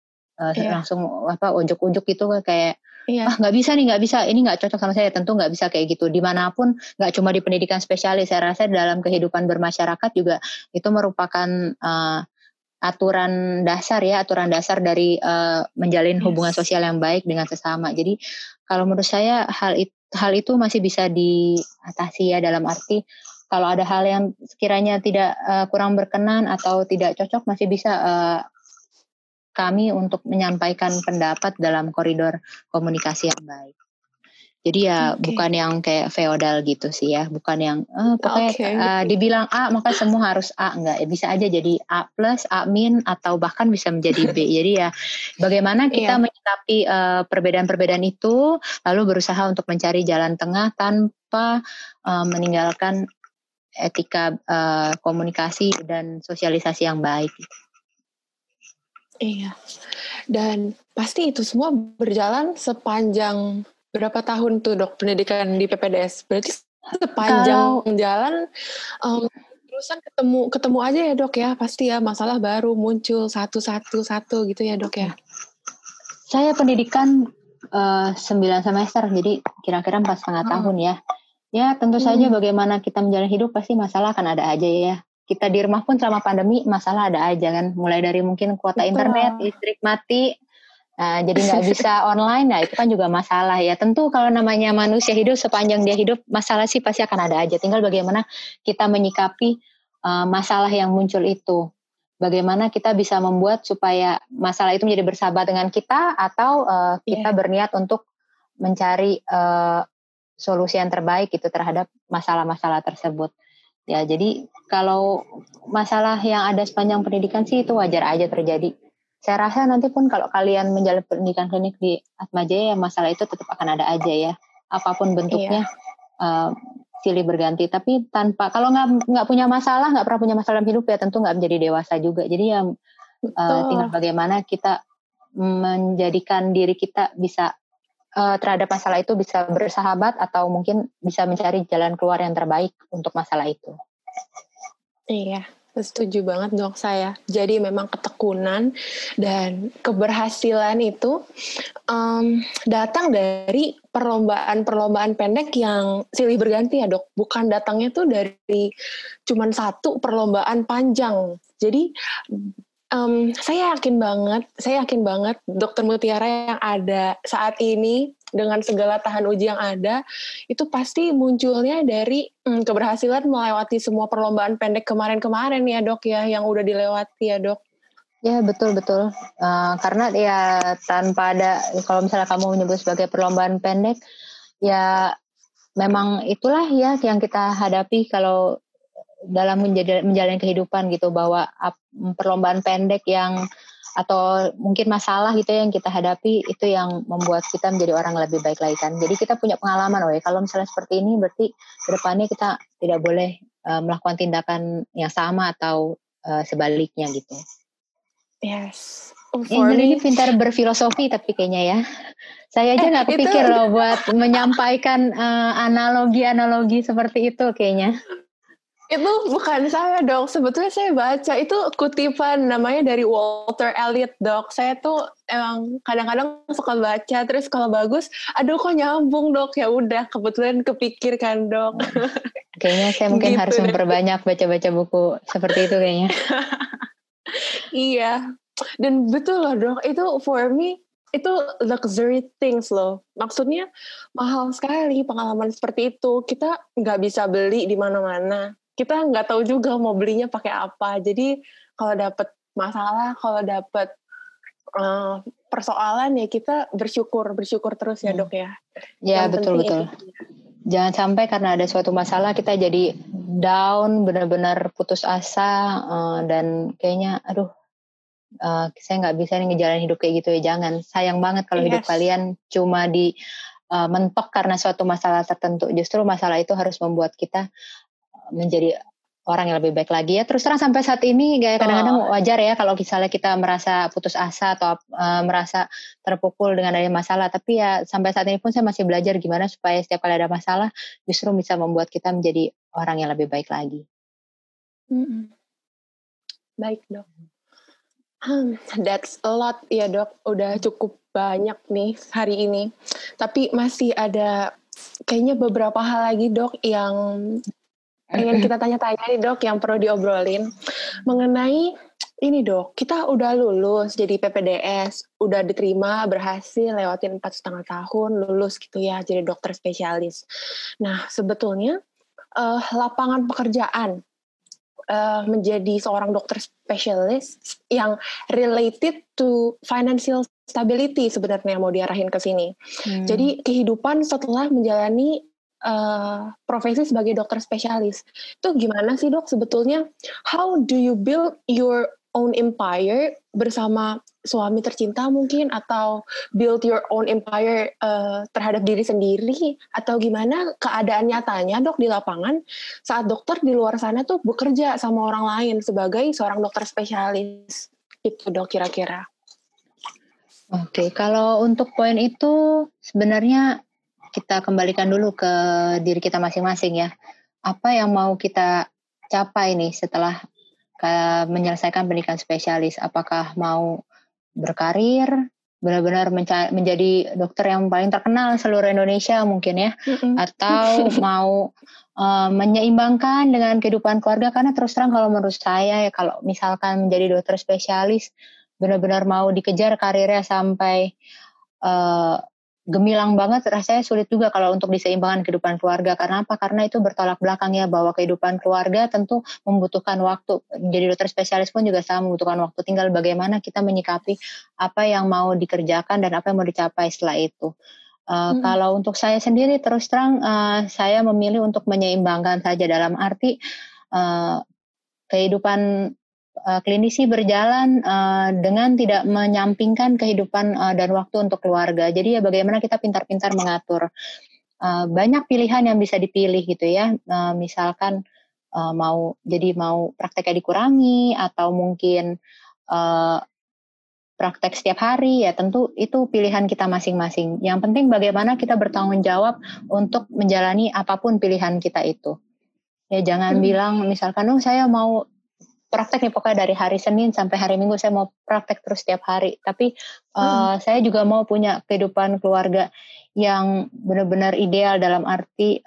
ujuk-ujuk gitu kayak nggak bisa, ini nggak cocok sama saya. Tentu nggak bisa kayak gitu dimanapun, nggak cuma di pendidikan spesialis. Saya rasa dalam kehidupan bermasyarakat juga itu merupakan aturan dasar dari menjalin hubungan sosial yang baik dengan sesama. Jadi kalau menurut saya hal itu masih bisa diatasi ya, dalam arti kalau ada hal yang sekiranya tidak kurang berkenan atau tidak cocok, masih bisa kami untuk menyampaikan pendapat dalam koridor komunikasi yang baik. Jadi ya bukan yang kayak feodal gitu sih ya, bukan yang pokoknya dibilang A maka semua harus A, enggak, bisa aja jadi A plus, A min, atau bahkan bisa menjadi B. Jadi ya bagaimana kita menyikapi perbedaan-perbedaan itu, lalu berusaha untuk mencari jalan tengah tanpa meninggalkan etika komunikasi dan sosialisasi yang baik. Iya, dan pasti itu semua berjalan sepanjang berapa tahun tuh dok pendidikan di PPDS? Berarti sepanjang jalan terusan ketemu aja ya dok ya, pasti ya masalah baru muncul satu gitu ya dok ya. Saya pendidikan 9 semester, jadi kira-kira 4,5 tahun ya. Ya tentu saja bagaimana kita menjalani hidup pasti masalah akan ada aja ya. Kita di rumah pun selama pandemi masalah ada aja kan. Mulai dari mungkin kuota internet, listrik mati, jadi nggak bisa online, nah itu kan juga masalah ya. Tentu kalau namanya manusia hidup, sepanjang dia hidup, masalah sih pasti akan ada aja. Tinggal bagaimana kita menyikapi masalah yang muncul itu. Bagaimana kita bisa membuat supaya masalah itu menjadi bersahabat dengan kita, atau kita berniat untuk mencari solusi yang terbaik itu terhadap masalah-masalah tersebut. Ya, jadi kalau masalah yang ada sepanjang pendidikan sih itu wajar aja terjadi. Saya rasa nanti pun kalau kalian menjalani pendidikan klinik di Atmajaya, masalah itu tetap akan ada aja ya, apapun bentuknya, silih berganti. Tapi kalau nggak punya masalah, nggak pernah punya masalah dalam hidup ya tentu nggak menjadi dewasa juga. Jadi ya tinggal bagaimana kita menjadikan diri kita bisa terhadap masalah itu bisa bersahabat, atau mungkin bisa mencari jalan keluar yang terbaik untuk masalah itu. Iya. Setuju banget dok saya. Jadi memang ketekunan dan keberhasilan itu datang dari perlombaan pendek yang silih berganti ya dok. Bukan datangnya tuh dari cuman satu perlombaan panjang. Jadi saya yakin banget Dokter Mutiara yang ada saat ini dengan segala tahan uji yang ada, itu pasti munculnya dari keberhasilan melewati semua perlombaan pendek kemarin ya dok ya, yang udah dilewati ya dok. Ya betul. Karena ya tanpa ada, kalau misalnya kamu menyebut sebagai perlombaan pendek, ya memang itulah ya yang kita hadapi kalau dalam menjalani kehidupan gitu, bahwa perlombaan pendek yang atau mungkin masalah gitu yang kita hadapi itu yang membuat kita menjadi orang lebih baik lagi kan. Jadi kita punya pengalaman, kalau misalnya seperti ini berarti kedepannya kita tidak boleh melakukan tindakan yang sama atau sebaliknya gitu. Yes. Ini pintar berfilosofi tapi kayaknya ya. Saya aja nggak kepikir loh buat menyampaikan analogi seperti itu kayaknya. Itu bukan saya dok, sebetulnya saya baca itu kutipan namanya dari Walter Elliot dok. Saya tuh emang kadang-kadang suka baca, terus kalau bagus, aduh kok nyambung dok, ya udah kebetulan kepikir kan dok. Kayaknya saya mungkin harus memperbanyak baca-baca buku seperti itu kayaknya. Iya, dan betul loh dok, itu for me itu luxury things loh. Maksudnya mahal sekali pengalaman seperti itu. Kita nggak bisa beli di mana-mana. Kita nggak tahu juga mau belinya pakai apa. Jadi kalau dapat masalah, kalau dapat persoalan ya kita bersyukur terus ya dok ya. Ya betul. Jangan sampai karena ada suatu masalah kita jadi down, benar-benar putus asa, dan kayaknya saya nggak bisa nih ngejalanin hidup kayak gitu ya. Jangan, sayang banget kalau hidup kalian cuma di mentok karena suatu masalah tertentu. Justru masalah itu harus membuat kita menjadi orang yang lebih baik lagi ya. Terus terang sampai saat ini kadang-kadang wajar ya kalau misalnya kita merasa putus asa atau merasa terpukul dengan adanya masalah. Tapi ya sampai saat ini pun saya masih belajar gimana supaya setiap kali ada masalah justru bisa membuat kita menjadi orang yang lebih baik lagi. Baik dok. That's a lot ya dok. Udah cukup banyak nih hari ini. Tapi masih ada kayaknya beberapa hal lagi dok yang pengen kita tanya-tanya nih dok, yang perlu diobrolin mengenai ini dok. Kita udah lulus jadi PPDS, udah diterima, berhasil lewatin 4,5 tahun lulus gitu ya, jadi dokter spesialis. Nah sebetulnya lapangan pekerjaan menjadi seorang dokter spesialis yang related to financial stability sebenarnya mau diarahin ke sini. Jadi kehidupan setelah menjalani profesi sebagai dokter spesialis itu gimana sih dok sebetulnya? How do you build your own empire bersama suami tercinta mungkin, atau build your own empire terhadap diri sendiri, atau gimana keadaan nyatanya dok di lapangan saat dokter di luar sana tuh bekerja sama orang lain sebagai seorang dokter spesialis itu dok kira-kira. Oke, kalau untuk poin itu sebenarnya kita kembalikan dulu ke diri kita masing-masing ya. Apa yang mau kita capai nih setelah menyelesaikan pendidikan spesialis? Apakah mau berkarir, benar-benar menjadi dokter yang paling terkenal seluruh Indonesia mungkin ya, atau mau menyeimbangkan dengan kehidupan keluarga? Karena terus terang kalau menurut saya ya, kalau misalkan menjadi dokter spesialis benar-benar mau dikejar karirnya sampai gemilang banget, rasanya sulit juga kalau untuk diseimbangkan kehidupan keluarga. Karena apa? Karena itu bertolak belakang ya, bahwa kehidupan keluarga tentu membutuhkan waktu. Jadi dokter spesialis pun juga sama membutuhkan waktu. Tinggal bagaimana kita menyikapi apa yang mau dikerjakan dan apa yang mau dicapai setelah itu. Kalau untuk saya sendiri terus terang saya memilih untuk menyeimbangkan saja, dalam arti kehidupan klinisi berjalan dengan tidak menyampingkan kehidupan dan waktu untuk keluarga. Jadi ya bagaimana kita pintar-pintar mengatur. Banyak pilihan yang bisa dipilih gitu ya. Misalkan mau prakteknya dikurangi, atau mungkin praktek setiap hari, ya tentu itu pilihan kita masing-masing. Yang penting bagaimana kita bertanggung jawab untuk menjalani apapun pilihan kita itu. Ya jangan bilang misalkan saya mau praktek nih pokoknya dari hari Senin sampai hari Minggu saya mau praktek terus setiap hari. Tapi saya juga mau punya kehidupan keluarga yang benar-benar ideal, dalam arti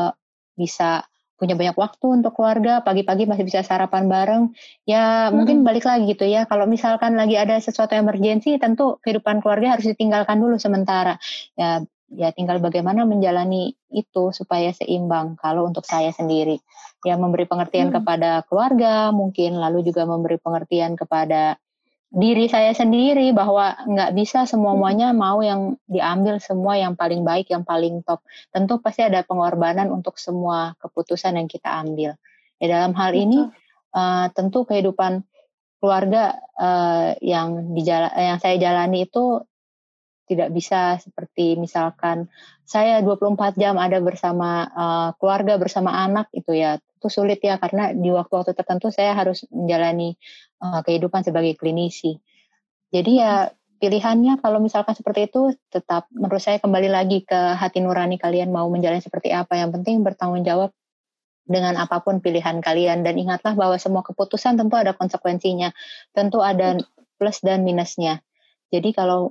bisa punya banyak waktu untuk keluarga, pagi-pagi masih bisa sarapan bareng. Ya mungkin balik lagi gitu ya, kalau misalkan lagi ada sesuatu emergensi, tentu kehidupan keluarga harus ditinggalkan dulu sementara. Ya tinggal bagaimana menjalani itu supaya seimbang. Kalau untuk saya sendiri, ya memberi pengertian kepada keluarga mungkin, lalu juga memberi pengertian kepada diri saya sendiri bahwa nggak bisa semuanya mau yang diambil semua yang paling baik, yang paling top. Tentu pasti ada pengorbanan untuk semua keputusan yang kita ambil. Ya dalam hal ini tentu kehidupan keluarga yang saya jalani itu tidak bisa seperti misalkan saya 24 jam ada bersama keluarga, bersama anak, itu ya itu sulit ya, karena di waktu-waktu tertentu saya harus menjalani kehidupan sebagai klinisi. Jadi ya pilihannya kalau misalkan seperti itu, tetap menurut saya kembali lagi ke hati nurani kalian mau menjalani seperti apa. Yang penting bertanggung jawab dengan apapun pilihan kalian, dan ingatlah bahwa semua keputusan tentu ada konsekuensinya, tentu ada plus dan minusnya. Jadi kalau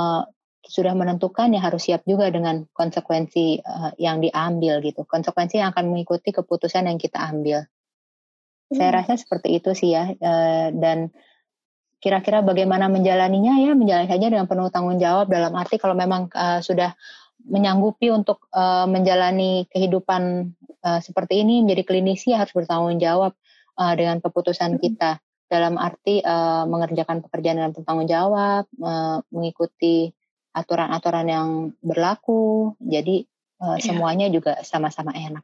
sudah menentukan ya harus siap juga dengan konsekuensi yang diambil gitu. Konsekuensi yang akan mengikuti keputusan yang kita ambil. Saya rasa seperti itu sih ya. Dan kira-kira bagaimana menjalaninya ya, menjalani saja dengan penuh tanggung jawab, dalam arti kalau memang sudah menyanggupi untuk menjalani kehidupan seperti ini, menjadi klinisi, harus bertanggung jawab dengan keputusan kita. Dalam arti mengerjakan pekerjaan dengan bertanggung jawab, mengikuti aturan-aturan yang berlaku, jadi semuanya juga sama-sama enak.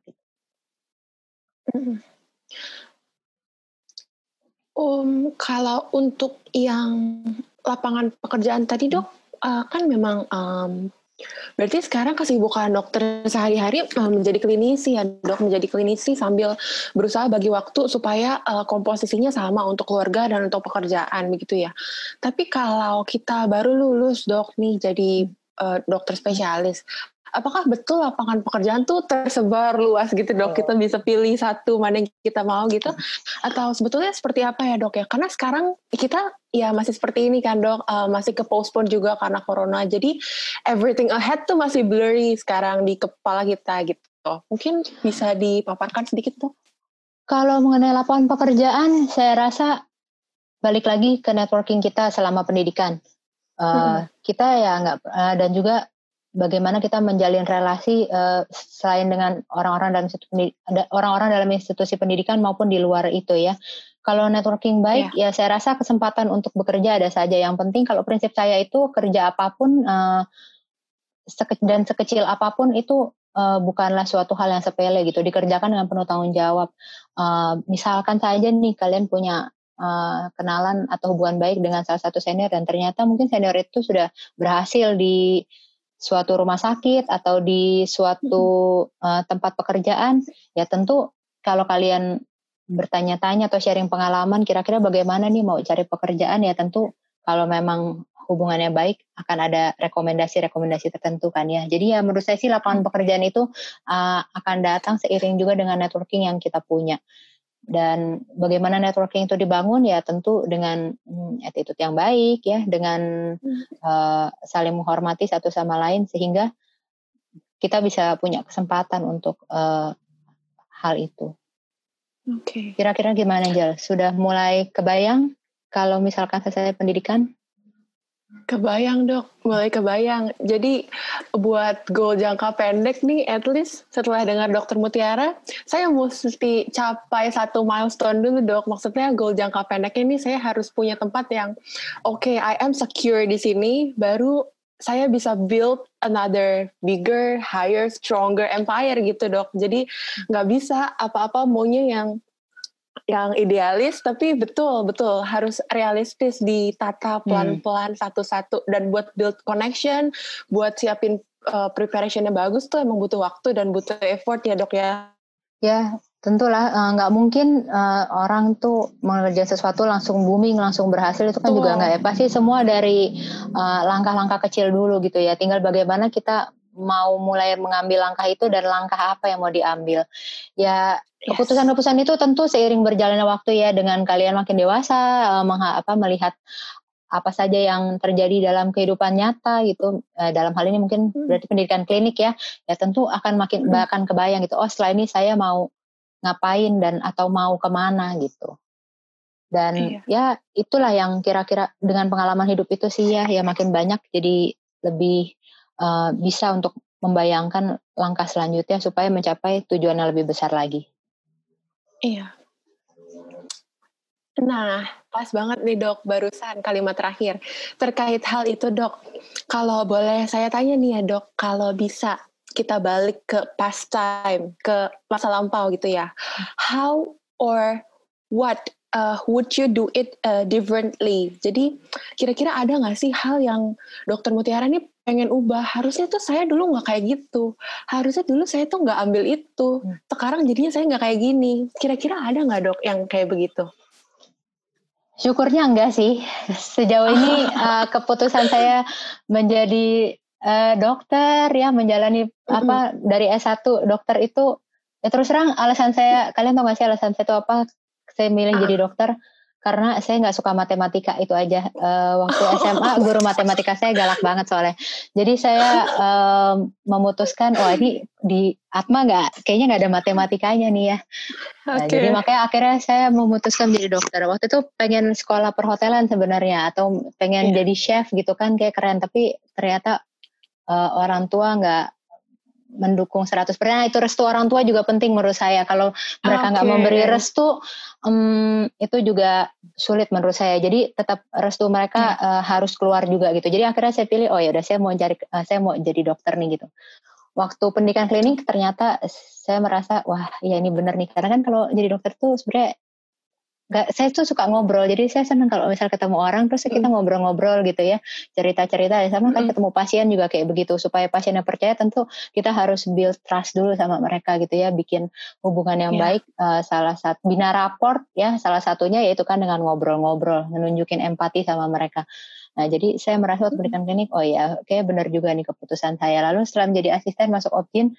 Kalau untuk yang lapangan pekerjaan tadi dok, kan memang berarti sekarang kesibukan dokter sehari-hari menjadi klinisi ya dok, menjadi klinisi sambil berusaha bagi waktu supaya komposisinya sama untuk keluarga dan untuk pekerjaan begitu ya. Tapi kalau kita baru lulus dok nih jadi dokter spesialis, apakah betul lapangan pekerjaan tuh tersebar luas gitu dok? Kita bisa pilih satu mana yang kita mau gitu? Atau sebetulnya seperti apa ya dok ya? Karena sekarang kita ya masih seperti ini kan dok, masih ke postpone juga karena corona. Jadi everything ahead tuh masih blurry sekarang di kepala kita gitu. Mungkin bisa dipaparkan sedikit dok? Kalau mengenai lapangan pekerjaan, saya rasa balik lagi ke networking kita selama pendidikan. Kita ya nggak, dan juga bagaimana kita menjalin relasi selain dengan orang-orang dalam institusi pendidikan maupun di luar itu ya. Kalau networking baik ya saya rasa kesempatan untuk bekerja ada saja. Yang penting kalau prinsip saya itu kerja apapun dan sekecil apapun itu bukanlah suatu hal yang sepele gitu, dikerjakan dengan penuh tanggung jawab. Misalkan saja nih kalian punya kenalan atau hubungan baik dengan salah satu senior dan ternyata mungkin senior itu sudah berhasil di suatu rumah sakit atau di suatu tempat pekerjaan, ya tentu kalau kalian bertanya-tanya atau sharing pengalaman kira-kira bagaimana nih mau cari pekerjaan, ya tentu kalau memang hubungannya baik akan ada rekomendasi-rekomendasi tertentu kan ya. Jadi ya menurut saya sih lapangan pekerjaan itu akan datang seiring juga dengan networking yang kita punya. Dan bagaimana networking itu dibangun ya tentu dengan attitude yang baik ya, dengan saling menghormati satu sama lain sehingga kita bisa punya kesempatan untuk hal itu. Oke. Kira-kira gimana Jel? Sudah mulai kebayang kalau misalkan selesai pendidikan? Kebayang dok, mulai kebayang. Jadi buat goal jangka pendek nih, at least setelah dengar Dokter Mutiara, saya mesti capai satu milestone dulu dok. Maksudnya goal jangka pendeknya ini saya harus punya tempat yang I am secure di sini, baru saya bisa build another bigger, higher, stronger empire gitu dok. Jadi nggak bisa apa-apa maunya yang idealis, tapi betul harus realistis, ditata pelan-pelan satu-satu, dan buat build connection, buat siapin preparation yang bagus tuh emang butuh waktu dan butuh effort ya dok ya. Ya tentulah nggak mungkin orang tuh mengerjakan sesuatu langsung booming, langsung berhasil, itu kan juga nggak ya. Pasti semua dari langkah-langkah kecil dulu gitu ya. Tinggal bagaimana kita mau mulai mengambil langkah itu dan langkah apa yang mau diambil. Ya keputusan-keputusan itu tentu seiring berjalannya waktu ya, dengan kalian makin dewasa melihat apa saja yang terjadi dalam kehidupan nyata gitu. Dalam hal ini mungkin berarti pendidikan klinik ya tentu akan makin bahkan kebayang gitu. Setelah ini saya mau ngapain dan atau mau kemana gitu. Dan ya itulah yang kira-kira dengan pengalaman hidup itu sih ya makin banyak jadi lebih bisa untuk membayangkan langkah selanjutnya supaya mencapai tujuan yang lebih besar lagi. Iya. Nah, pas banget nih dok, barusan kalimat terakhir. Terkait hal itu dok, kalau boleh saya tanya nih ya dok, kalau bisa kita balik ke past time, ke masa lampau gitu ya, how or what would you do it differently? Jadi kira-kira ada nggak sih hal yang Dokter Mutiara nih pengen ubah? Harusnya tuh saya dulu nggak kayak gitu. Harusnya dulu saya tuh nggak ambil itu. Sekarang jadinya saya nggak kayak gini. Kira-kira ada nggak dok yang kayak begitu? Syukurnya enggak sih. Sejauh ini keputusan saya menjadi dokter ya, menjalani dari S1 dokter itu ya terus terang alasan saya, kalian tahu nggak sih alasan saya itu apa? Saya milih jadi dokter karena saya nggak suka matematika, itu aja. Waktu SMA guru matematika saya galak banget soalnya. Jadi saya memutuskan ini di Atma kayaknya nggak ada matematikanya nih ya. Nah, jadi makanya akhirnya saya memutuskan menjadi dokter. Waktu itu pengen sekolah perhotelan sebenarnya atau pengen jadi chef gitu kan, kayak keren, tapi ternyata orang tua nggak mendukung 100%. Itu restu orang tua juga penting menurut saya. Kalau mereka nggak memberi restu, itu juga sulit menurut saya. Jadi tetap restu mereka harus keluar juga gitu. Jadi akhirnya saya pilih, ya udah saya mau jadi dokter nih gitu. Waktu pendidikan klinik ternyata saya merasa ya ini benar nih, karena kan kalau jadi dokter tuh sebenarnya saya tuh suka ngobrol, jadi saya senang kalau misal ketemu orang terus kita ngobrol-ngobrol gitu ya, cerita-cerita, sama kan ketemu pasien juga kayak begitu. Supaya pasiennya percaya tentu kita harus build trust dulu sama mereka gitu ya, bikin hubungan yang baik. Salah satu bina raport ya, salah satunya yaitu kan dengan ngobrol-ngobrol, menunjukin empati sama mereka. Nah jadi saya merasa waktu pendidikan klinik kayak benar juga nih keputusan saya. Lalu setelah menjadi asisten masuk Opjin,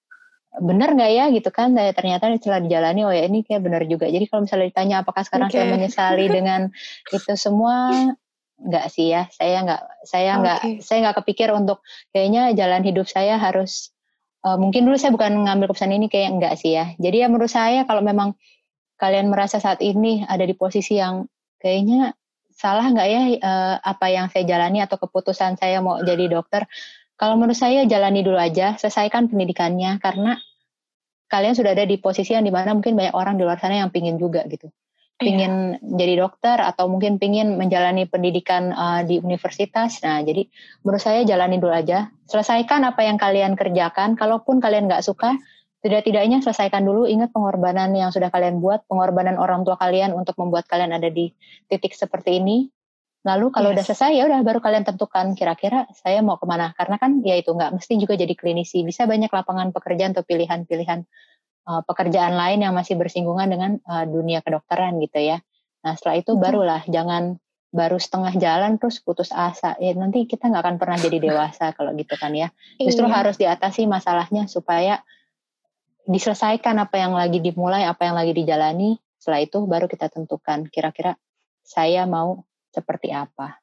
benar nggak ya gitu kan, ternyata setelah dijalani ini kayak benar juga. Jadi kalau misalnya ditanya apakah sekarang saya menyesali dengan itu semua, nggak sih ya, saya nggak kepikir untuk kayaknya jalan hidup saya harus mungkin dulu saya bukan ngambil keputusan ini, kayak nggak sih ya. Jadi ya menurut saya kalau memang kalian merasa saat ini ada di posisi yang kayaknya salah nggak ya apa yang saya jalani atau keputusan saya mau jadi dokter, Kalau menurut saya jalani dulu aja, selesaikan pendidikannya, karena kalian sudah ada di posisi yang dimana mungkin banyak orang di luar sana yang pingin juga gitu. Pingin jadi dokter atau mungkin pingin menjalani pendidikan di universitas. Nah, jadi menurut saya jalani dulu aja. Selesaikan apa yang kalian kerjakan. Kalaupun kalian nggak suka, tidak-tidaknya selesaikan dulu. Ingat pengorbanan yang sudah kalian buat, pengorbanan orang tua kalian untuk membuat kalian ada di titik seperti ini. Lalu kalau udah selesai, ya udah baru kalian tentukan kira-kira saya mau kemana. Karena kan ya itu nggak mesti juga jadi klinisi. Bisa banyak lapangan pekerjaan atau pilihan-pilihan pekerjaan lain yang masih bersinggungan dengan dunia kedokteran gitu ya. Nah setelah itu barulah, jangan baru setengah jalan terus putus asa. Ya nanti kita nggak akan pernah jadi dewasa kalau gitu kan ya. Justru harus diatasi masalahnya supaya diselesaikan apa yang lagi dimulai, apa yang lagi dijalani. Setelah itu baru kita tentukan kira-kira saya mau seperti apa.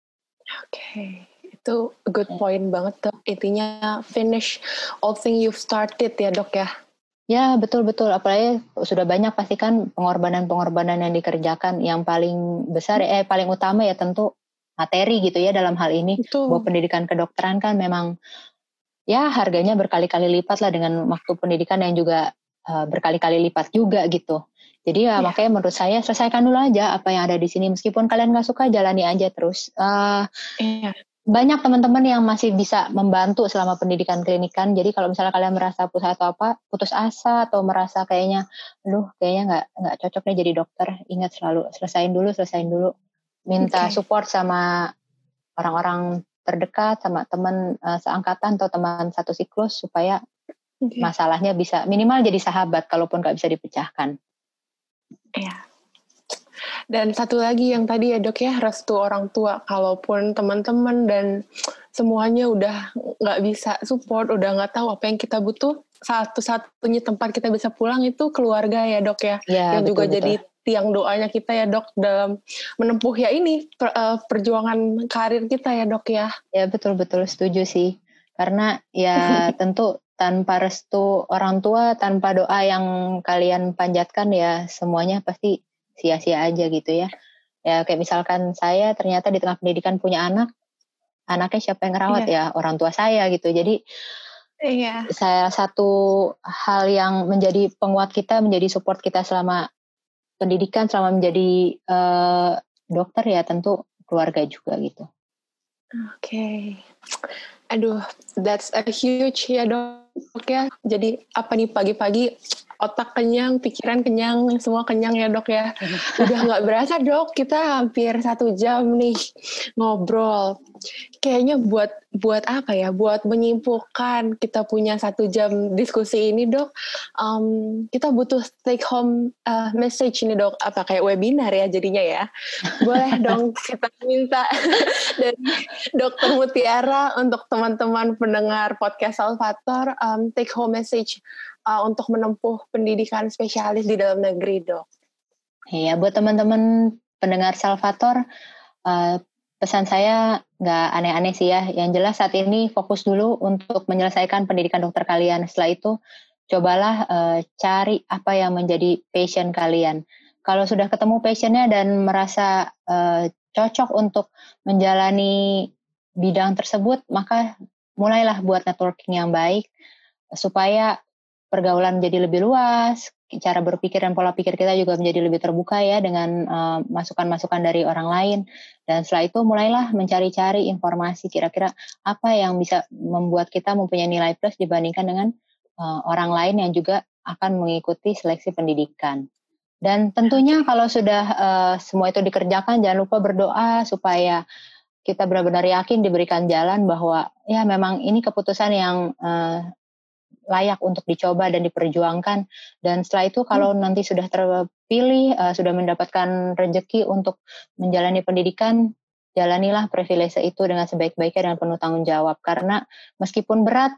Oke. Itu good point banget tuh. Intinya finish all thing you've started ya dok ya. Ya betul-betul, apalagi sudah banyak pasti kan pengorbanan-pengorbanan yang dikerjakan. Yang paling besar, paling utama ya tentu materi gitu ya dalam hal ini. Bahwa pendidikan kedokteran kan memang ya harganya berkali-kali lipat lah dengan waktu pendidikan yang juga berkali-kali lipat juga gitu. Jadi ya makanya menurut saya selesaikan dulu aja apa yang ada di sini. Meskipun kalian gak suka, jalani aja terus. Banyak teman-teman yang masih bisa membantu selama pendidikan klinikan. Jadi kalau misalnya kalian merasa putus asa atau merasa kayaknya nggak cocok nih jadi dokter, ingat selalu selesaiin dulu. Minta support sama orang-orang terdekat, sama teman seangkatan atau teman satu siklus supaya masalahnya bisa minimal jadi sahabat kalaupun nggak bisa dipecahkan. Iya. Dan satu lagi yang tadi ya dok ya, restu orang tua. Kalaupun teman-teman dan semuanya udah nggak bisa support, udah nggak tahu apa yang kita butuh, satu-satunya tempat kita bisa pulang itu keluarga ya dok ya. Yang betul, juga jadi tiang doanya kita ya dok dalam menempuh ya ini perjuangan karir kita ya dok ya. Ya betul-betul setuju sih. Karena ya tentu tanpa restu orang tua, tanpa doa yang kalian panjatkan ya semuanya pasti sia-sia aja gitu ya. Ya kayak misalkan saya ternyata di tengah pendidikan punya anaknya siapa yang ngerawat ya orang tua saya gitu. Jadi saya satu hal yang menjadi penguat kita, menjadi support kita selama pendidikan, selama menjadi dokter ya tentu keluarga juga gitu. Oke. Aduh, that's a huge ya dok ya. Jadi apa nih pagi-pagi otak kenyang, pikiran kenyang, semua kenyang ya dok ya. Udah gak berasa dok, kita hampir 1 jam nih ngobrol. Kayaknya buat apa ya, buat menyimpulkan kita punya 1 jam diskusi ini dok, kita butuh take home message ini dok, apa kayak webinar ya jadinya ya. Boleh dong kita minta dari Dr. Mutiara untuk teman-teman pendengar podcast Salvator, take home message untuk menempuh pendidikan spesialis di dalam negeri, dok. Iya, buat teman-teman pendengar Salvator, pesan saya nggak aneh-aneh sih ya. Yang jelas saat ini fokus dulu untuk menyelesaikan pendidikan dokter kalian. Setelah itu, cobalah cari apa yang menjadi passion kalian. Kalau sudah ketemu passionnya dan merasa cocok untuk menjalani bidang tersebut, maka mulailah buat networking yang baik, supaya pergaulan jadi lebih luas, cara berpikir dan pola pikir kita juga menjadi lebih terbuka ya dengan masukan-masukan dari orang lain. Dan setelah itu mulailah mencari-cari informasi kira-kira apa yang bisa membuat kita mempunyai nilai plus dibandingkan dengan orang lain yang juga akan mengikuti seleksi pendidikan. Dan tentunya kalau sudah semua itu dikerjakan, jangan lupa berdoa supaya kita benar-benar yakin diberikan jalan bahwa ya memang ini keputusan yang layak untuk dicoba dan diperjuangkan. Dan setelah itu kalau nanti sudah terpilih, sudah mendapatkan rezeki untuk menjalani pendidikan, jalanilah privilege itu dengan sebaik-baiknya dan penuh tanggung jawab. Karena meskipun berat,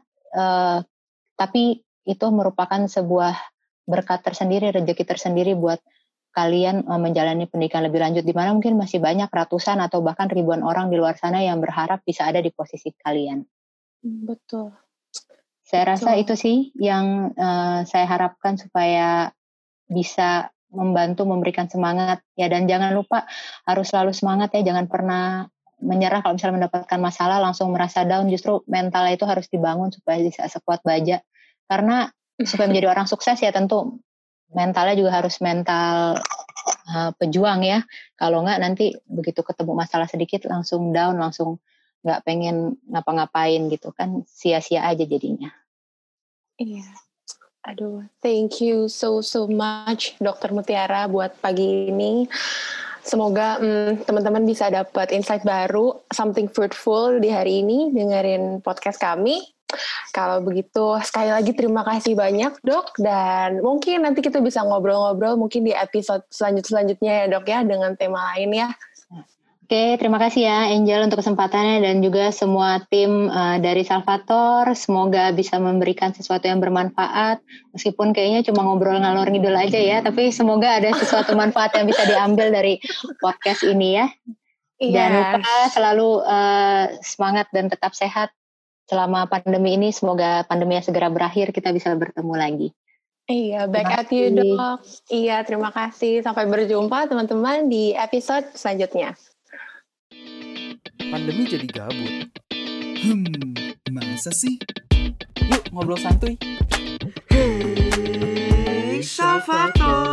tapi itu merupakan sebuah berkat tersendiri, rezeki tersendiri buat kalian menjalani pendidikan lebih lanjut, di mana mungkin masih banyak ratusan atau bahkan ribuan orang di luar sana yang berharap bisa ada di posisi kalian. Betul. Saya rasa itu sih yang saya harapkan supaya bisa membantu memberikan semangat ya, dan jangan lupa harus selalu semangat ya, jangan pernah menyerah kalau misalnya mendapatkan masalah, langsung merasa down. Justru mentalnya itu harus dibangun supaya bisa sekuat baja. Karena supaya menjadi orang sukses ya tentu mentalnya juga harus mental pejuang ya. Kalau enggak nanti begitu ketemu masalah sedikit langsung down, langsung nggak pengen ngapa-ngapain gitu kan, sia-sia aja jadinya. Iya. Aduh, thank you so much Dr. Mutiara buat pagi ini. Semoga teman-teman bisa dapat insight baru, something fruitful di hari ini dengerin podcast kami. Kalau begitu, sekali lagi terima kasih banyak Dok, dan mungkin nanti kita bisa ngobrol-ngobrol mungkin di episode selanjutnya ya Dok ya, dengan tema lain ya. Oke, terima kasih ya Angel untuk kesempatannya dan juga semua tim dari Salvator. Semoga bisa memberikan sesuatu yang bermanfaat. Meskipun kayaknya cuma ngobrol ngalor ngidul aja ya, tapi semoga ada sesuatu manfaat yang bisa diambil dari podcast ini ya. Jangan lupa selalu semangat dan tetap sehat selama pandemi ini. Semoga pandeminya segera berakhir, kita bisa bertemu lagi. Iya, back at you Dok. Iya, terima kasih. Sampai berjumpa teman-teman di episode selanjutnya. Pandemi jadi gabut. Masa sih? Yuk ngobrol santuy. Hey, Salvator.